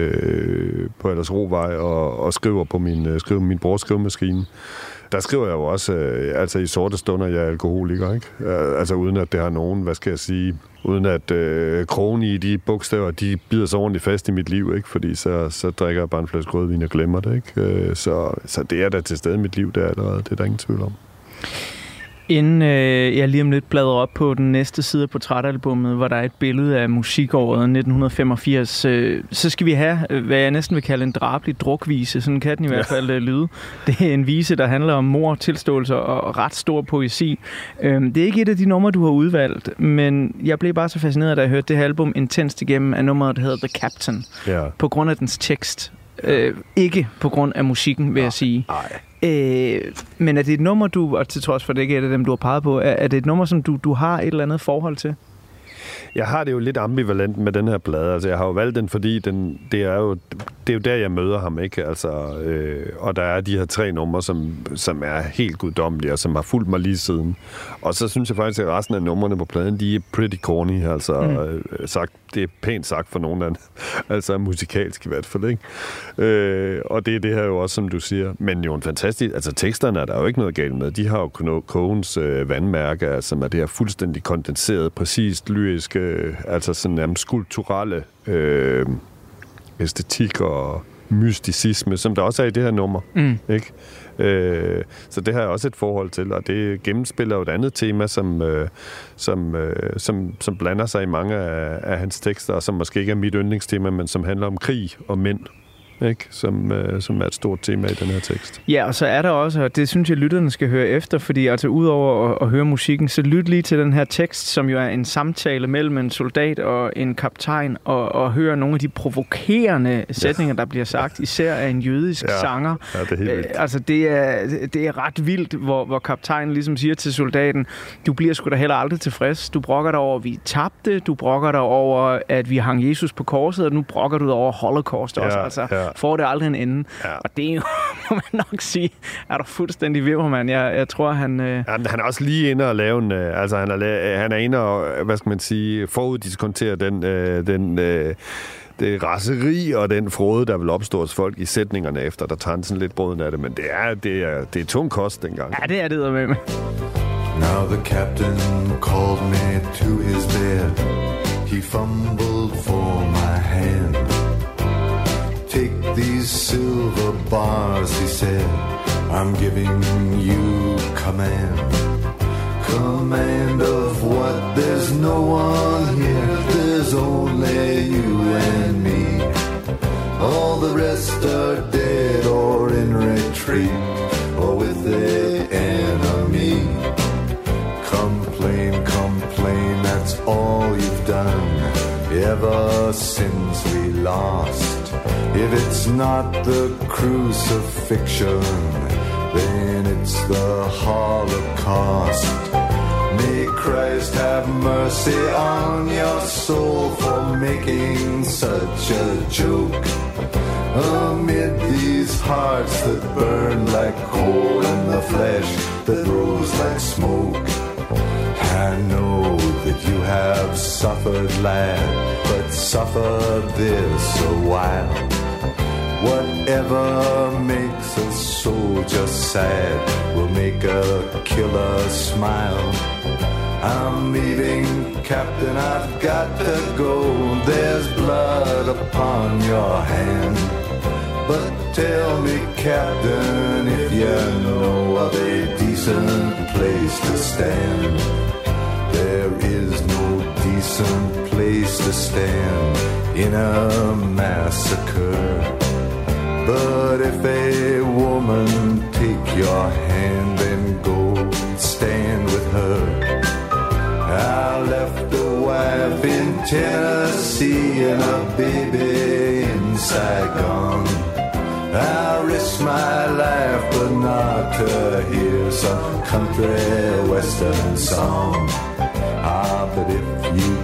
Speaker 3: øh, på Aldersrovej og, og skriver på min, øh, skriver min brors skrivemaskine, der skriver jeg jo også, øh, altså i sorte stunder, jeg er alkoholiker, ikke? Altså uden at det har nogen, hvad skal jeg sige, uden at øh, krogen i de bogstaver, de bider sig ordentligt fast i mit liv, ikke? Fordi så, så drikker jeg bare en flaske rødvin og glemmer det, ikke? Øh, så, så det er da til stede i mit liv, der allerede, det er der ingen tvivl om.
Speaker 4: Inden øh, jeg lige om lidt bladrer op på den næste side af portrætalbummet, hvor der er et billede af musikåret nitten femogfirs, øh, så skal vi have, hvad jeg næsten vil kalde en drabelig drukvise. Sådan kan den i hvert fald øh, lyde. Det er en vise, der handler om mord, tilståelser og ret stor poesi. Øh, det er ikke et af de numre, du har udvalgt, men jeg blev bare så fascineret, da jeg hørte det her album intenst igennem af nummeret, der hedder The Captain.
Speaker 3: Ja.
Speaker 4: På grund af dens tekst. Øh, ikke på grund af musikken, vil ja. jeg sige.
Speaker 3: Nej.
Speaker 4: Øh, men er det et nummer, du, og til trods for det ikke er det dem, du har peget på, er, er det et nummer, som du, du har et eller andet forhold til?
Speaker 3: Jeg har det jo lidt ambivalent med den her plade. Altså, jeg har jo valgt den, fordi den, det, er jo, det er jo der, jeg møder ham, ikke? Altså, øh, og der er de her tre numre, som, som er helt guddommelige, og som har fulgt mig lige siden. Og så synes jeg faktisk, at resten af numrene på pladen, de er pretty corny, altså mm. øh, sagt, det er pænt sagt for nogen anden. Altså musikalsk i hvert fald, ikke? Øh, og det er det her jo også, som du siger. Men jo en fantastisk... Altså teksterne er der jo ikke noget galt med. De har jo Coens øh, vandmærke, som er det her fuldstændig kondenseret, præcist, lyriske, øh, altså sådan nærmest skulpturelle øh, æstetik og mysticisme, som der også er i det her nummer, mm. ikke? Øh, så det har jeg også et forhold til, og det gennemspiller jo et andet tema, som, øh, som, øh, som, som blander sig i mange af, af hans tekster, og som måske ikke er mit yndlingstema, men som handler om krig og mænd, ikke? Som, øh, som er et stort tema i den her tekst.
Speaker 4: Ja, og så er der også, og det synes jeg, lytterne skal høre efter, fordi altså udover at, at høre musikken, så lyt lige til den her tekst, som jo er en samtale mellem en soldat og en kaptajn, og, og høre nogle af de provokerende sætninger, ja. der bliver sagt, især af en jødisk
Speaker 3: ja.
Speaker 4: sanger.
Speaker 3: Ja, det er helt vildt.
Speaker 4: Altså, det er, det er ret vildt, hvor, hvor kaptajnen ligesom siger til soldaten, du bliver sgu da heller aldrig tilfreds. Du brokker dig over, at vi tabte. Du brokker dig over, at vi hang Jesus på korset, og nu brokker du dig over Holocaust også.
Speaker 3: Ja,
Speaker 4: altså.
Speaker 3: ja.
Speaker 4: Får det aldrig en ende. Ja. Og det er jo, må man nok sige, er der fuldstændig vimmermand. Jeg, jeg tror, han... Øh...
Speaker 3: Jamen, han er også lige inde og lave en... Øh, altså, han er, la- han er inde og, hvad skal man sige, foruddiskontere den... Øh, den øh, det raseri og den frode, der vil opstå hos folk i sætningerne efter, der tager sådan lidt brøden af det. Men det er, det er, det er tung kost dengang.
Speaker 4: Ja, det er det med.
Speaker 5: Now the captain called me to his bed. He fumbled for my hand. Take these silver bars, he said, I'm giving you command. Command of what? There's no one here, there's only you and me. All the rest are dead or in retreat or with the enemy. Complain, complain, that's all you've done ever since we lost. If it's not the crucifixion, then it's the Holocaust. May Christ have mercy on your soul for making such a joke. Amid these hearts that burn like coal and the flesh that rose like smoke. I know that you have suffered, lad, but suffer this a while. Whatever makes a soldier sad will make a killer smile. I'm leaving, Captain, I've got to go. There's blood upon your hand. But tell me, Captain, if you know of a decent place to stand. There is no decent place to stand in a massacre. But if a woman take your hand, then go and stand with her. I left a wife in Tennessee and a baby in Saigon. I risk my life but not to hear some country western song. Ah, but if you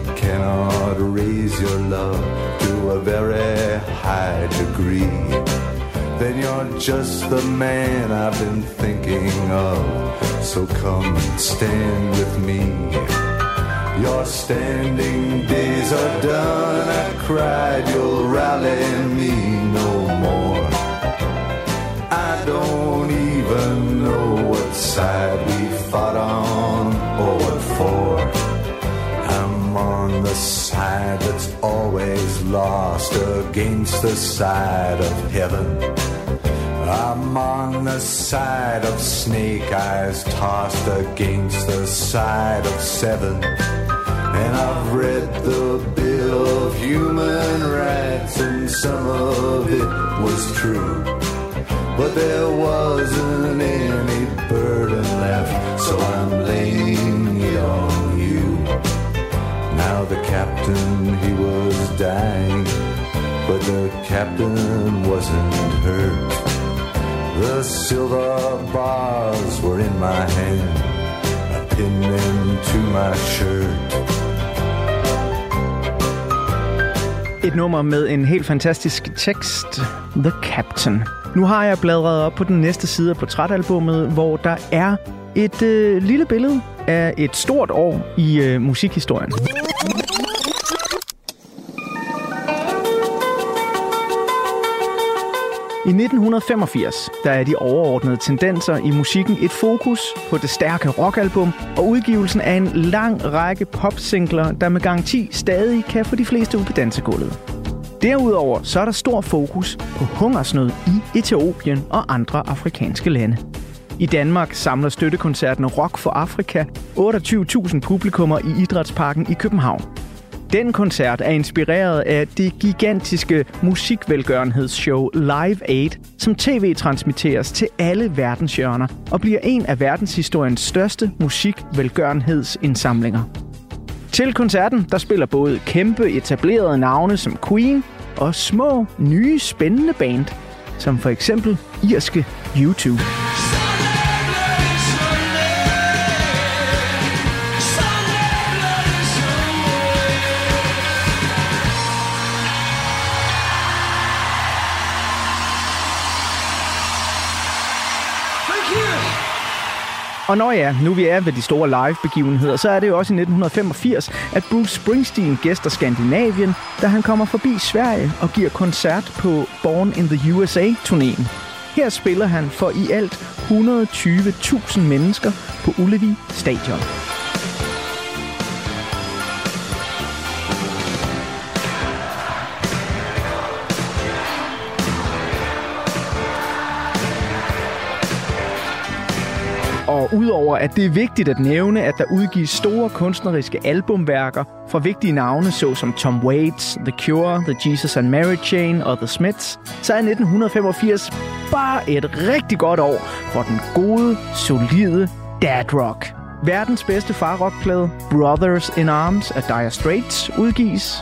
Speaker 5: cannot raise your love to a very high degree, then you're just the man I've been thinking of. So come and stand with me. Your standing days are done. I cried, you'll rally me no more. I don't even know what side we fought on or what for. I'm on the side that's always lost against the side of heaven. I'm on the side of snake eyes tossed against the side of seven. And I've read the Bill of Human Rights and some of it was true. But there wasn't any burden left, so I'm laying it on you. Now the captain, he was dying, but the captain wasn't hurt. The silver bars were in my hand, I pinned them to my shirt.
Speaker 4: Et nummer med en helt fantastisk tekst, The Captain. Nu har jeg bladret op på den næste side af portrætalbummet, hvor der er et øh, lille billede af et stort år i øh, musikhistorien. I nitten femogfirs, der er de overordnede tendenser i musikken et fokus på det stærke rockalbum og udgivelsen af en lang række popsingler, der med garanti stadig kan få de fleste ud på dansegulvet. Derudover så er der stor fokus på hungersnød i Etiopien og andre afrikanske lande. I Danmark samler støttekoncerten Rock for Afrika otteogtyve tusind publikummer i Idrætsparken i København. Den koncert er inspireret af det gigantiske musikvelgørenhedsshow Live Aid, som tv-transmitteres til alle verdenshjørner og bliver en af verdenshistoriens største musikvelgørenhedsindsamlinger. Til koncerten der spiller både kæmpe etablerede navne som Queen og små, nye, spændende band, som for eksempel irske U to. Og når ja, nu vi er ved de store live-begivenheder, så er det jo også i nitten femogfirs, at Bruce Springsteen gæster Skandinavien, da han kommer forbi Sverige og giver koncert på Born in the U S A-turnéen. Her spiller han for i alt et hundrede og tyve tusind mennesker på Ullevi Stadion. Og udover at det er vigtigt at nævne, at der udgives store kunstneriske albumværker fra vigtige navne såsom Tom Waits, The Cure, The Jesus and Mary Chain og The Smiths, så er nitten femogfirs bare et rigtig godt år for den gode, solide dad rock. Verdens bedste farrockplade, Brothers in Arms af Dire Straits, udgives.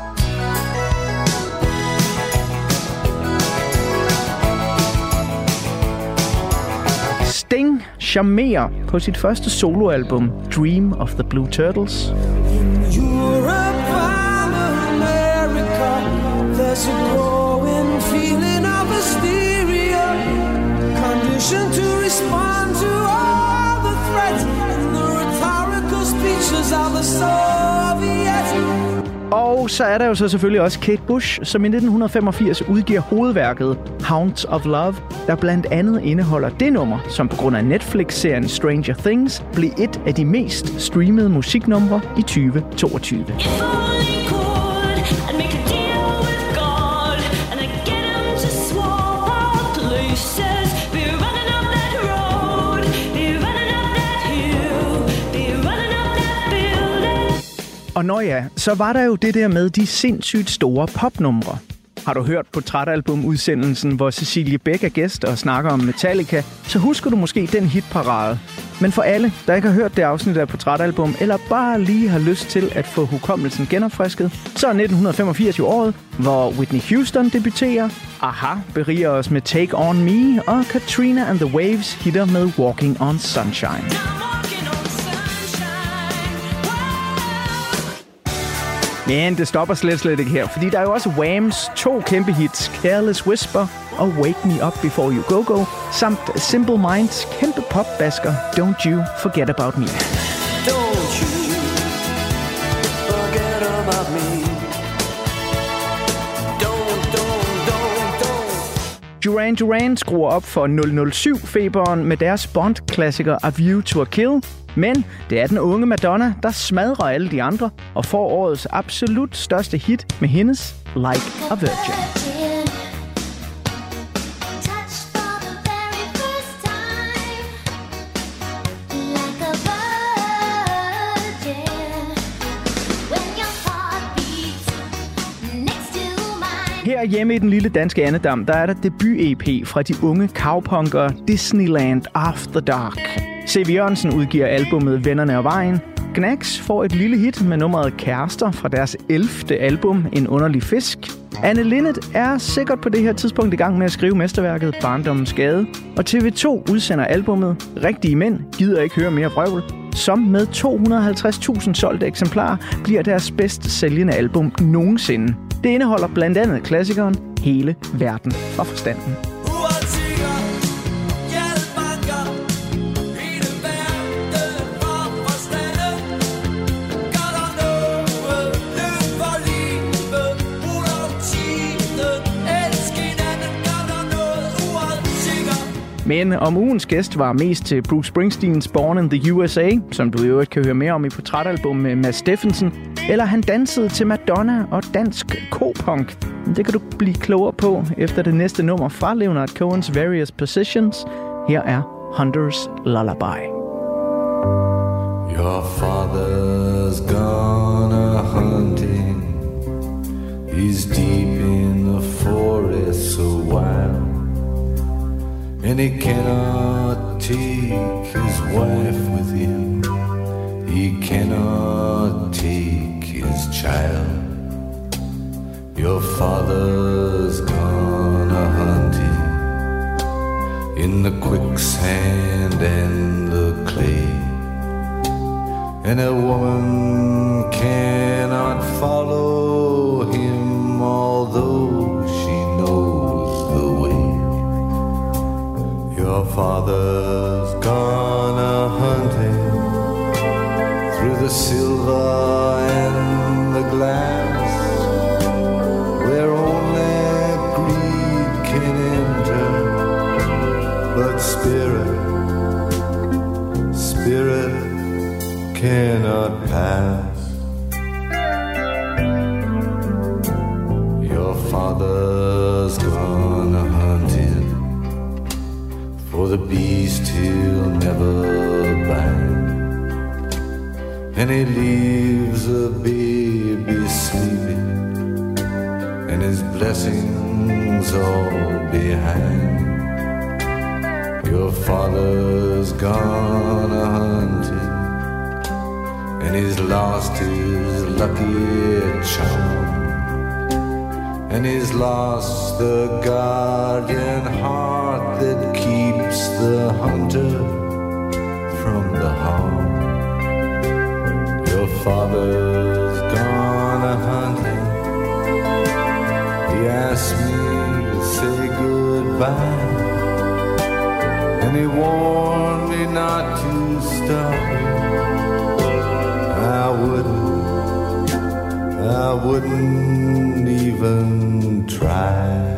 Speaker 4: Sting charmerer på sit første soloalbum, Dream of the Blue Turtles. There's a growing feeling of hysteria, conditioned to respond to all the threats and the rhetorical speeches of the Soviets. Og så er der jo så selvfølgelig også Kate Bush, som i nitten femogfirs udgiver hovedværket Hounds of Love, der blandt andet indeholder det nummer, som på grund af Netflix-serien Stranger Things blev et af de mest streamede musiknumre i tyve toogtyve. Og når ja, så var der jo det der med de sindssygt store popnumre. Har du hørt portrætalbum-udsendelsen, hvor Cecilie Bæk er gæst og snakker om Metallica, så husker du måske den hitparade. Men for alle, der ikke har hørt det afsnit af portrætalbum, eller bare lige har lyst til at få hukommelsen genopfrisket, så er nitten femogfirs jo året, hvor Whitney Houston debuterer, Aha beriger os med Take On Me, og Katrina and the Waves hitter med Walking on Sunshine. Men det stopper slet slet ikke her, fordi der er jo også Whams to kæmpe hits, Careless Whisper og Wake Me Up Before You Go Go, samt Simple Minds kæmpe popbasker Don't You Forget About Me.
Speaker 7: Don't you forget about me. Don't, don't, don't, don't.
Speaker 4: Duran Duran skruer op for nul nul syv-feberen med deres Bond-klassiker A View to a Kill. Men det er den unge Madonna, der smadrer alle de andre og får årets absolut største hit med hendes Like a Virgin. Her hjemme i den lille danske andedam, der er der debut-E P fra de unge cowpunkere Disneyland After Dark. C V Jørgensen udgiver albummet Vennerne og Vejen. Knacks får et lille hit med nummeret Kærester fra deres ellevte album En Underlig Fisk. Anne Linnet er sikkert på det her tidspunkt i gang med at skrive mesterværket Barndommens Gade. Og T V to udsender albummet Rigtige Mænd gider ikke høre mere vrøvl, som med to hundrede og halvtreds tusind solgte eksemplarer bliver deres bedst sælgende album nogensinde. Det indeholder blandt andet klassikeren Hele Verden fra Forstanden. Men om ugens gæst var mest til Bruce Springsteens Born in the U S A, som du i øvrigt kan høre mere om i portrætalbum med Mads Steffensen, eller han dansede til Madonna og dansk K-punk. Det kan du blive klogere på efter det næste nummer fra Leonard Cohen's Various Positions. Her er Hunter's Lullaby.
Speaker 5: Your father's gone a-hunting. He's deep in the forest so wild, and he cannot take his wife with him. He cannot take his child. Your father's gone a-hunting in the quicksand and the clay, and a woman cannot follow him although she knows the way. Your father's gone a-hunting through the silver and the glass, where only greed can enter, but spirit, spirit cannot pass. Your father's gone a-hunting for the beast he'll never bind, and he leaves a baby sleeping and his blessings all behind. Your father's gone a-hunting, and he's lost his lucky charm, and he's lost the guardian heart that keeps the hunter from the harm. Your father's gone a-hunting. He asked me to say goodbye, and he warned me not to stop. I wouldn't, I wouldn't even try.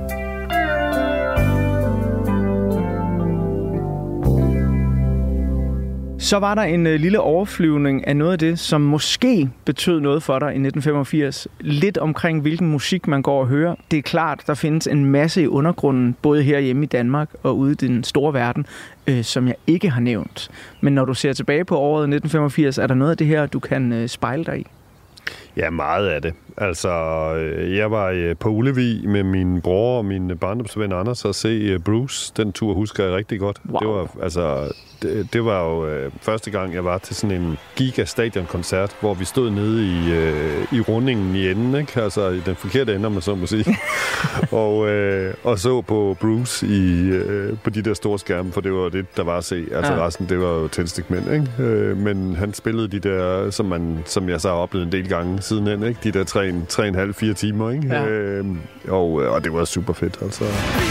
Speaker 4: Så var der en øh, lille overflyvning af noget af det, som måske betød noget for dig i nitten femogfirs. Lidt omkring, hvilken musik man går og hører. Det er klart, der findes en masse i undergrunden, både herhjemme i Danmark og ude i den store verden, øh, som jeg ikke har nævnt. Men når du ser tilbage på året nitten femogfirs, er der noget af det her, du kan øh, spejle dig i?
Speaker 3: Ja, meget af det. Altså, jeg var på Ullevi med min bror og min barndomsven Anders og se Bruce. Den tur husker jeg rigtig godt.
Speaker 4: Wow.
Speaker 3: Det var altså det, det var jo øh, første gang, jeg var til sådan en giga-stadion-koncert, hvor vi stod nede i, øh, i rundingen i enden, ikke? Altså i den forkerte ende, om man så må sige. og, øh, og så på Bruce i, øh, på de der store skærme, for det var det, der var at se. Altså ja. Resten, det var jo tændstikmænd, ikke? Øh, men han spillede de der, som, man, som jeg så har oplevet en del gange, sidenhen, ikke? De der tre, tre og en halv, fire timer, ikke?
Speaker 4: Ja.
Speaker 3: Øh, og, og det var super fedt, altså.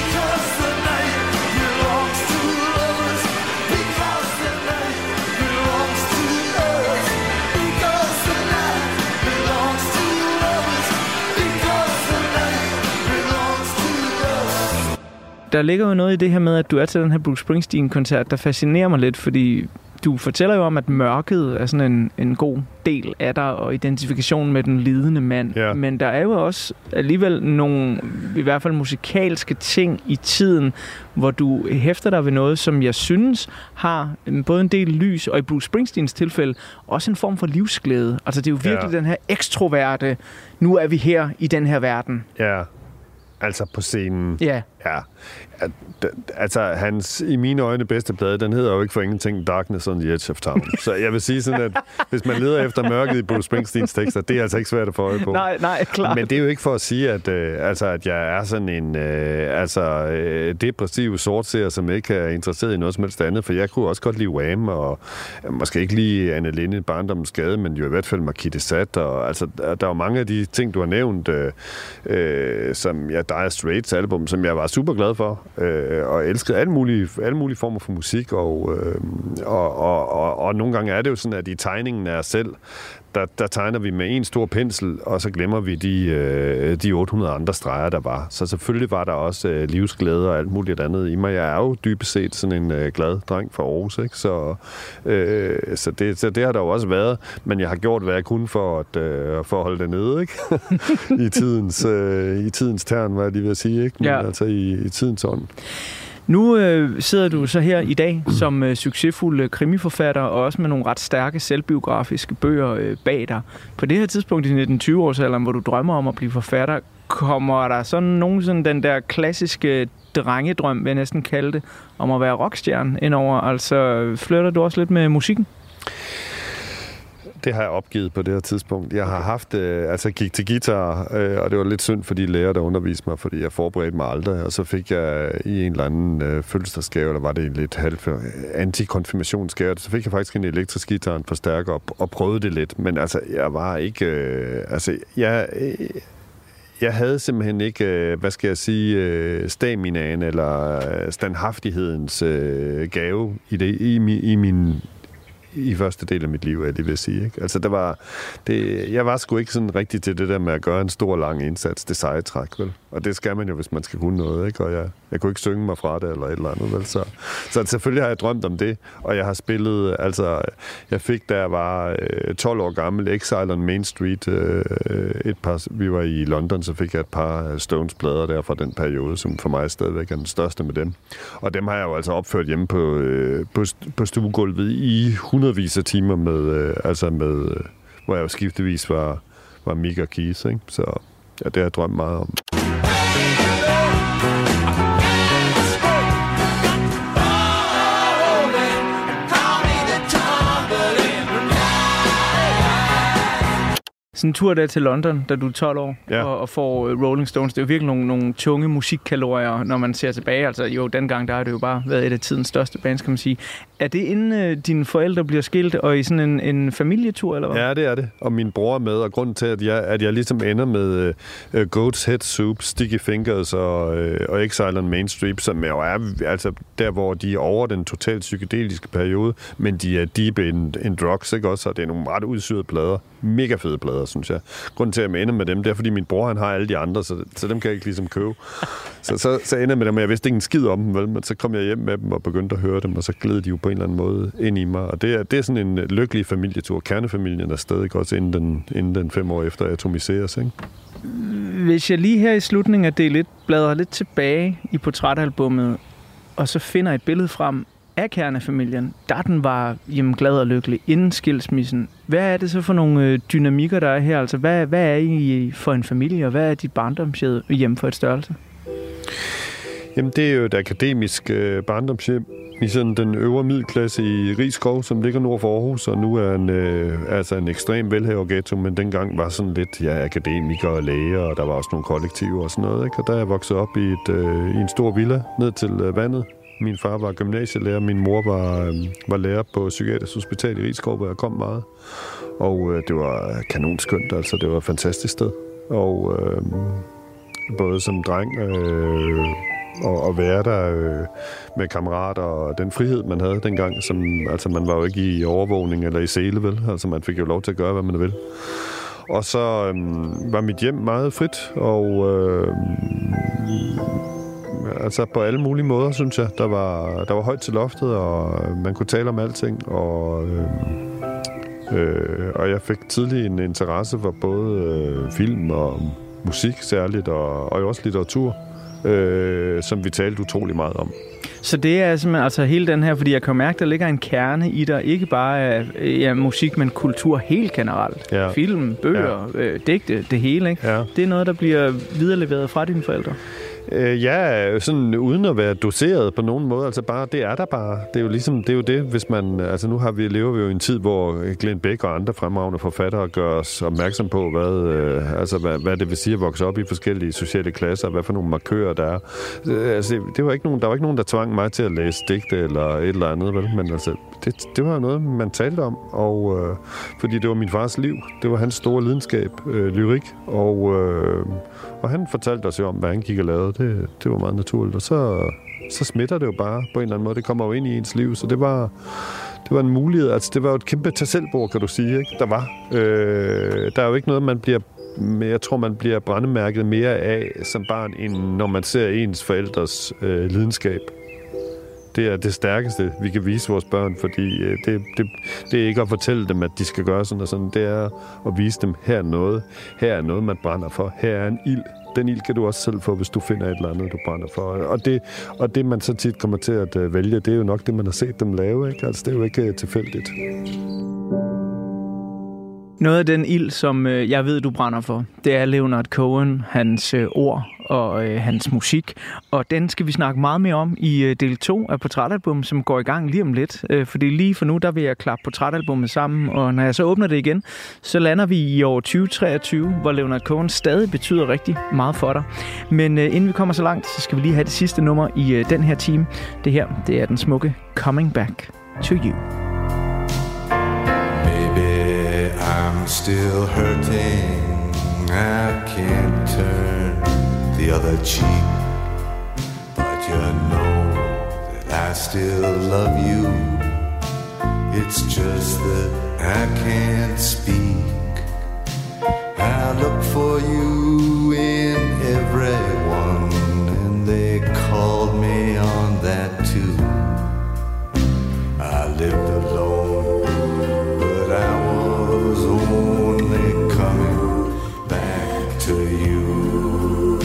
Speaker 4: Der ligger jo noget i det her med, at du er til den her Bruce Springsteen-koncert, der fascinerer mig lidt, fordi du fortæller jo om, at mørket er sådan en, en god del af dig, og identifikation med den lidende mand.
Speaker 3: Ja.
Speaker 4: Men der er jo også alligevel nogle, i hvert fald musikalske ting i tiden, hvor du hæfter dig ved noget, som jeg synes har både en del lys, og i Bruce Springsteens tilfælde også en form for livsglæde. Altså det er jo virkelig ja. den her ekstroverte, nu er vi her i den her verden.
Speaker 3: Ja, altså på scenen.
Speaker 4: Ja.
Speaker 3: Ja. Altså, hans, i mine øjne, bedste plade, den hedder jo ikke for ingenting Darkness on the Edge of Town. Så jeg vil sige sådan, at hvis man leder efter mørket i Bruce Springsteens tekster, det er altså ikke svært at få øje på.
Speaker 4: Nej, nej, klart.
Speaker 3: Men det er jo ikke for at sige, at, øh, altså, at jeg er sådan en øh, altså, øh, depressiv sortseer, som ikke er interesseret i noget som helst andet, for jeg kunne også godt lide Wham, og øh, måske ikke lige Anne Linde, Barndommens Skade, men jo i hvert fald Marquis Sat, og altså, der var mange af de ting, du har nævnt, øh, øh, som ja, Dire Straits album, som jeg var super glad for, øh, og elskede alle mulige, alle mulige former for musik, og, øh, og, og, og, og nogle gange er det jo sådan, at i tegningen af os selv, der, der tegner vi med en stor pensel, og så glemmer vi de, øh, de otte hundrede andre streger, der var. Så selvfølgelig var der også øh, livsglæde og alt muligt andet i mig. Jeg er jo dybest set sådan en øh, glad dreng fra Aarhus, ikke? Så, øh, så, det, så det har der jo også været, men jeg har gjort, hvad jeg kunne for at, øh, for at holde det nede, ikke? I tidens, øh, i tidens tern, hvad jeg lige vil sige, ikke? Men ja. altså i, i tidens ånd.
Speaker 4: Nu øh, sidder du så her i dag som øh, succesfuld øh, krimiforfatter, og også med nogle ret stærke selvbiografiske bøger øh, bag dig. På det her tidspunkt i nitten tyve-årsalderen, hvor du drømmer om at blive forfatter, kommer der sådan nogensinde den der klassiske drengedrøm, vil jeg næsten kalde det, om at være rockstjerne indover? Altså, flytter du også lidt med musikken?
Speaker 3: Det har jeg opgivet på det her tidspunkt. Jeg har haft, øh, altså gik til guitar, øh, og det var lidt synd for de lærer, der underviste mig, fordi jeg forberedte mig aldrig, og så fik jeg i en eller anden øh, fødselsdagsgave, eller var det en lidt halv antikonfirmationsgave, så fik jeg faktisk en elektrisk guitar, en forstærker, og, og prøvede det lidt, men altså, jeg var ikke, øh, altså, jeg... Øh, Jeg havde simpelthen ikke, hvad skal jeg sige, staminaen eller standhaftighedens gave i, det, i, min, i min i første del af mit liv, er det vil sige. Ikke? Altså, der var, det, jeg var sgu ikke sådan rigtig til det der med at gøre en stor, lang indsats, det seje træk, vel? Og det skal man jo, hvis man skal kunne noget, ikke? Og jeg, jeg kunne ikke synge mig fra det, eller et eller andet, vel? Så, så selvfølgelig har jeg drømt om det, og jeg har spillet, altså, jeg fik, da jeg var øh, tolv år gammel, Exile on Main Street, øh, et par, vi var i London, så fik jeg et par Stones-plader der fra den periode, som for mig stadigvæk er den største med dem. Og dem har jeg jo altså opført hjemme på, øh, på, på stuegulvet i hundredvis af timer med, øh, altså med, øh, hvor jeg jo skiftevis var, var Mick og Keith, ikke? Så ja, det har jeg drømt meget om.
Speaker 4: Sådan en tur der til London, da du er tolv år,
Speaker 3: ja.
Speaker 4: og, og får Rolling Stones. Det er jo virkelig nogle, nogle tunge musikkalorier, når man ser tilbage. Altså jo, dengang der har det jo bare været et af tidens største bands, kan man sige. Er det inden øh, dine forældre bliver skilt, og i sådan en, en familietur, eller hvad?
Speaker 3: Ja, det er det. Og min bror er med, og grunden til, at jeg, at jeg ligesom ender med uh, Goat's Head Soup, Sticky Fingers og, uh, og Exile on Main Street, som jo er altså der, hvor de er over den totalt psykedeliske periode, men de er deep in, in drugs, ikke også? Og det er nogle ret udsyrede plader. Mega fede plader, synes jeg. Grunden til, at jeg ender med dem, det er, fordi min bror, han har alle de andre, så, så dem kan jeg ikke ligesom købe. Så, så, så ender jeg med dem, og jeg vidste ikke en skid om dem, vel? Men så kom jeg hjem med dem og begyndte at høre dem, og så gled de jo på en eller anden måde ind i mig. Og det er, det er sådan en lykkelig familietur. Kernefamilien er stadig også inden den, inden den fem år efter atomiseres, ikke?
Speaker 4: Hvis jeg lige her i slutningen af del et bladrer lidt tilbage i portrætalbummet, og så finder et billede frem af kernefamilien, der den var jamen, glad og lykkelig inden skilsmissen. Hvad er det så for nogle øh, dynamikker, der er her? Altså, hvad, hvad er I for en familie, og hvad er dit barndomshjem hjemme for et størrelse?
Speaker 3: Jamen, det er jo et akademisk øh, barndomshjem i sådan den øvre middelklasse i Rigskov, som ligger nord for Aarhus, og nu er en, øh, altså en ekstrem velhaverghetto, men dengang var sådan lidt ja, akademikere og læger, og der var også nogle kollektiver og sådan noget. Ikke? Og der er jeg vokset op i, et, øh, i en stor villa ned til øh, vandet, Min far var gymnasielærer, min mor var, øh, var lærer på Psykiatrisk Hospital i Risskov, hvor jeg kom meget. Og øh, det var kanonskønt, altså det var et fantastisk sted. Og øh, både som dreng øh, og, og være der øh, med kammerater og den frihed, man havde dengang. Som, altså man var jo ikke i overvågning eller i sele, vel? Altså man fik jo lov til at gøre, hvad man ville. Og så øh, var mit hjem meget frit, og øh, altså på alle mulige måder, synes jeg. Der var, der var højt til loftet, og man kunne tale om alting, og... Øh, Øh, og jeg fik tidlig en interesse for både øh, film og musik særligt, og, og også litteratur, øh, som vi talte utrolig meget om.
Speaker 4: Så det er simpelthen altså hele den her, fordi jeg kan mærke, der ligger en kerne i der, ikke bare af ja, musik, men kultur helt generelt. Ja. Film, bøger, ja. øh, digte, det hele, ikke? Ja. Det er noget, der bliver videreleveret fra dine forældre.
Speaker 3: Øh, ja, sådan uden at være doseret på nogen måde, altså bare, det er der bare. Det er jo ligesom, det er jo det, hvis man, altså nu har vi, lever vi jo i en tid, hvor Glenn Beck og andre fremragende forfattere gør os opmærksom på, hvad, øh, altså, hvad, hvad det vil sige at vokse op i forskellige sociale klasser, hvad for nogle markører der er. Øh, altså, det var ikke nogen, der var ikke nogen, der tvang mig til at læse digte eller et eller andet, vel? Men altså, det, det var noget, man talte om, og øh, fordi det var min fars liv, det var hans store lidenskab, øh, lyrik, og, øh, og han fortalte os jo om, hvad han gik og lavede. Det, det var meget naturligt, og så, så smitter det jo bare på en eller anden måde. Det kommer jo ind i ens liv, så det var, det var en mulighed. Altså, det var jo et kæmpe tag selv-bord, kan du sige, ikke? Der var. Øh, der er jo ikke noget, man bliver... Jeg tror, man bliver brændemærket mere af som barn, end når man ser ens forældres øh, lidenskab. Det er det stærkeste, vi kan vise vores børn, fordi øh, det, det, det er ikke at fortælle dem, at de skal gøre sådan og sådan. Det er at vise dem, her er noget. Her er noget, man brænder for. Her er en ild. Den ild kan du også selv få, hvis du finder et eller andet, du brænder for. Og det, og det man så tit kommer til at uh, vælge, det er jo nok det, man har set dem lave, ikke? Altså, det er jo ikke uh, tilfældigt.
Speaker 4: Noget af den ild, som øh, jeg ved, du brænder for, det er Leonard Cohen, hans øh, ord og øh, hans musik. Og den skal vi snakke meget mere om i øh, del to af Portrætalbum, som går i gang lige om lidt. Øh, fordi lige for nu, der vil jeg klappe Portrætalbummet sammen, og når jeg så åbner det igen, så lander vi i år tyve treogtyve, hvor Leonard Cohen stadig betyder rigtig meget for dig. Men øh, inden vi kommer så langt, så skal vi lige have det sidste nummer i øh, den her time. Det her, det er den smukke Coming Back to You.
Speaker 5: I'm still hurting, I can't turn the other cheek, but you know that I still love you. It's just that I can't speak. I look for you in everyone, and they called me on that too. I lived alone, but I was only coming back to you.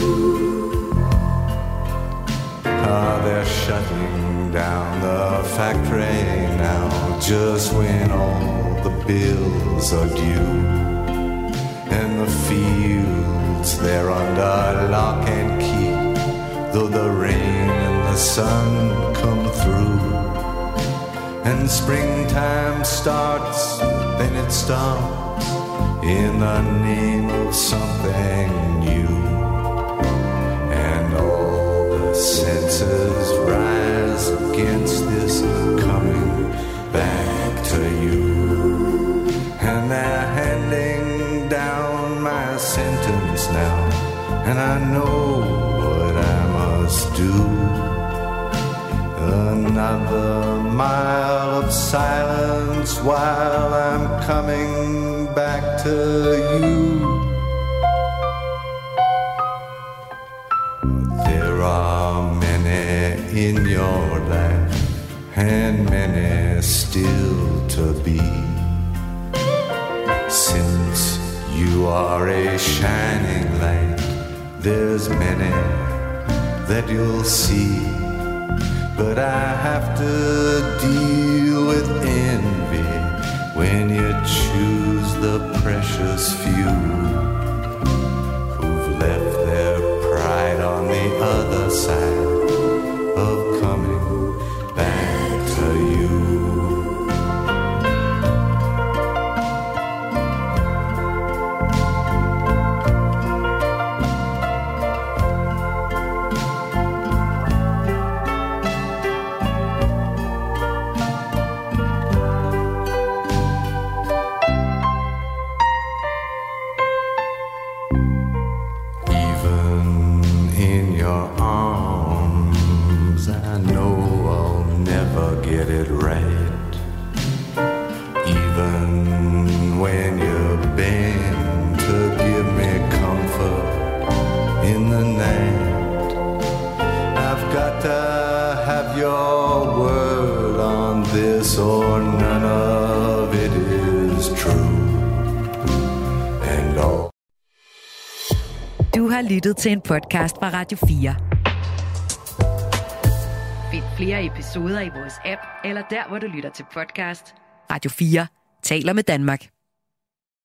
Speaker 5: Ah, they're shutting down the factory now, just when all the bills are due, and the fields, they're under lock and key, though the rain and the sun come through. And springtime starts, then it stops, in the name of something new. And all the senses rise against this coming back to you. And they're handing down my sentence now, and I know what I must do. Another mile of silence while I'm coming back to you. There are many in your life, and many still to be. Since you are a shining light, there's many that you'll see. But I have to deal with envy when you choose the precious few who've left their pride on the other side of coming back to you. it right. Even when you bend to give me comfort in the night, I've got to have your word on this, or none of it is true. And all.
Speaker 2: Du har lyttet til en podcast fra Radio fire. Find flere episoder i vores app, eller der, hvor du lytter til podcast. Radio fire taler med Danmark.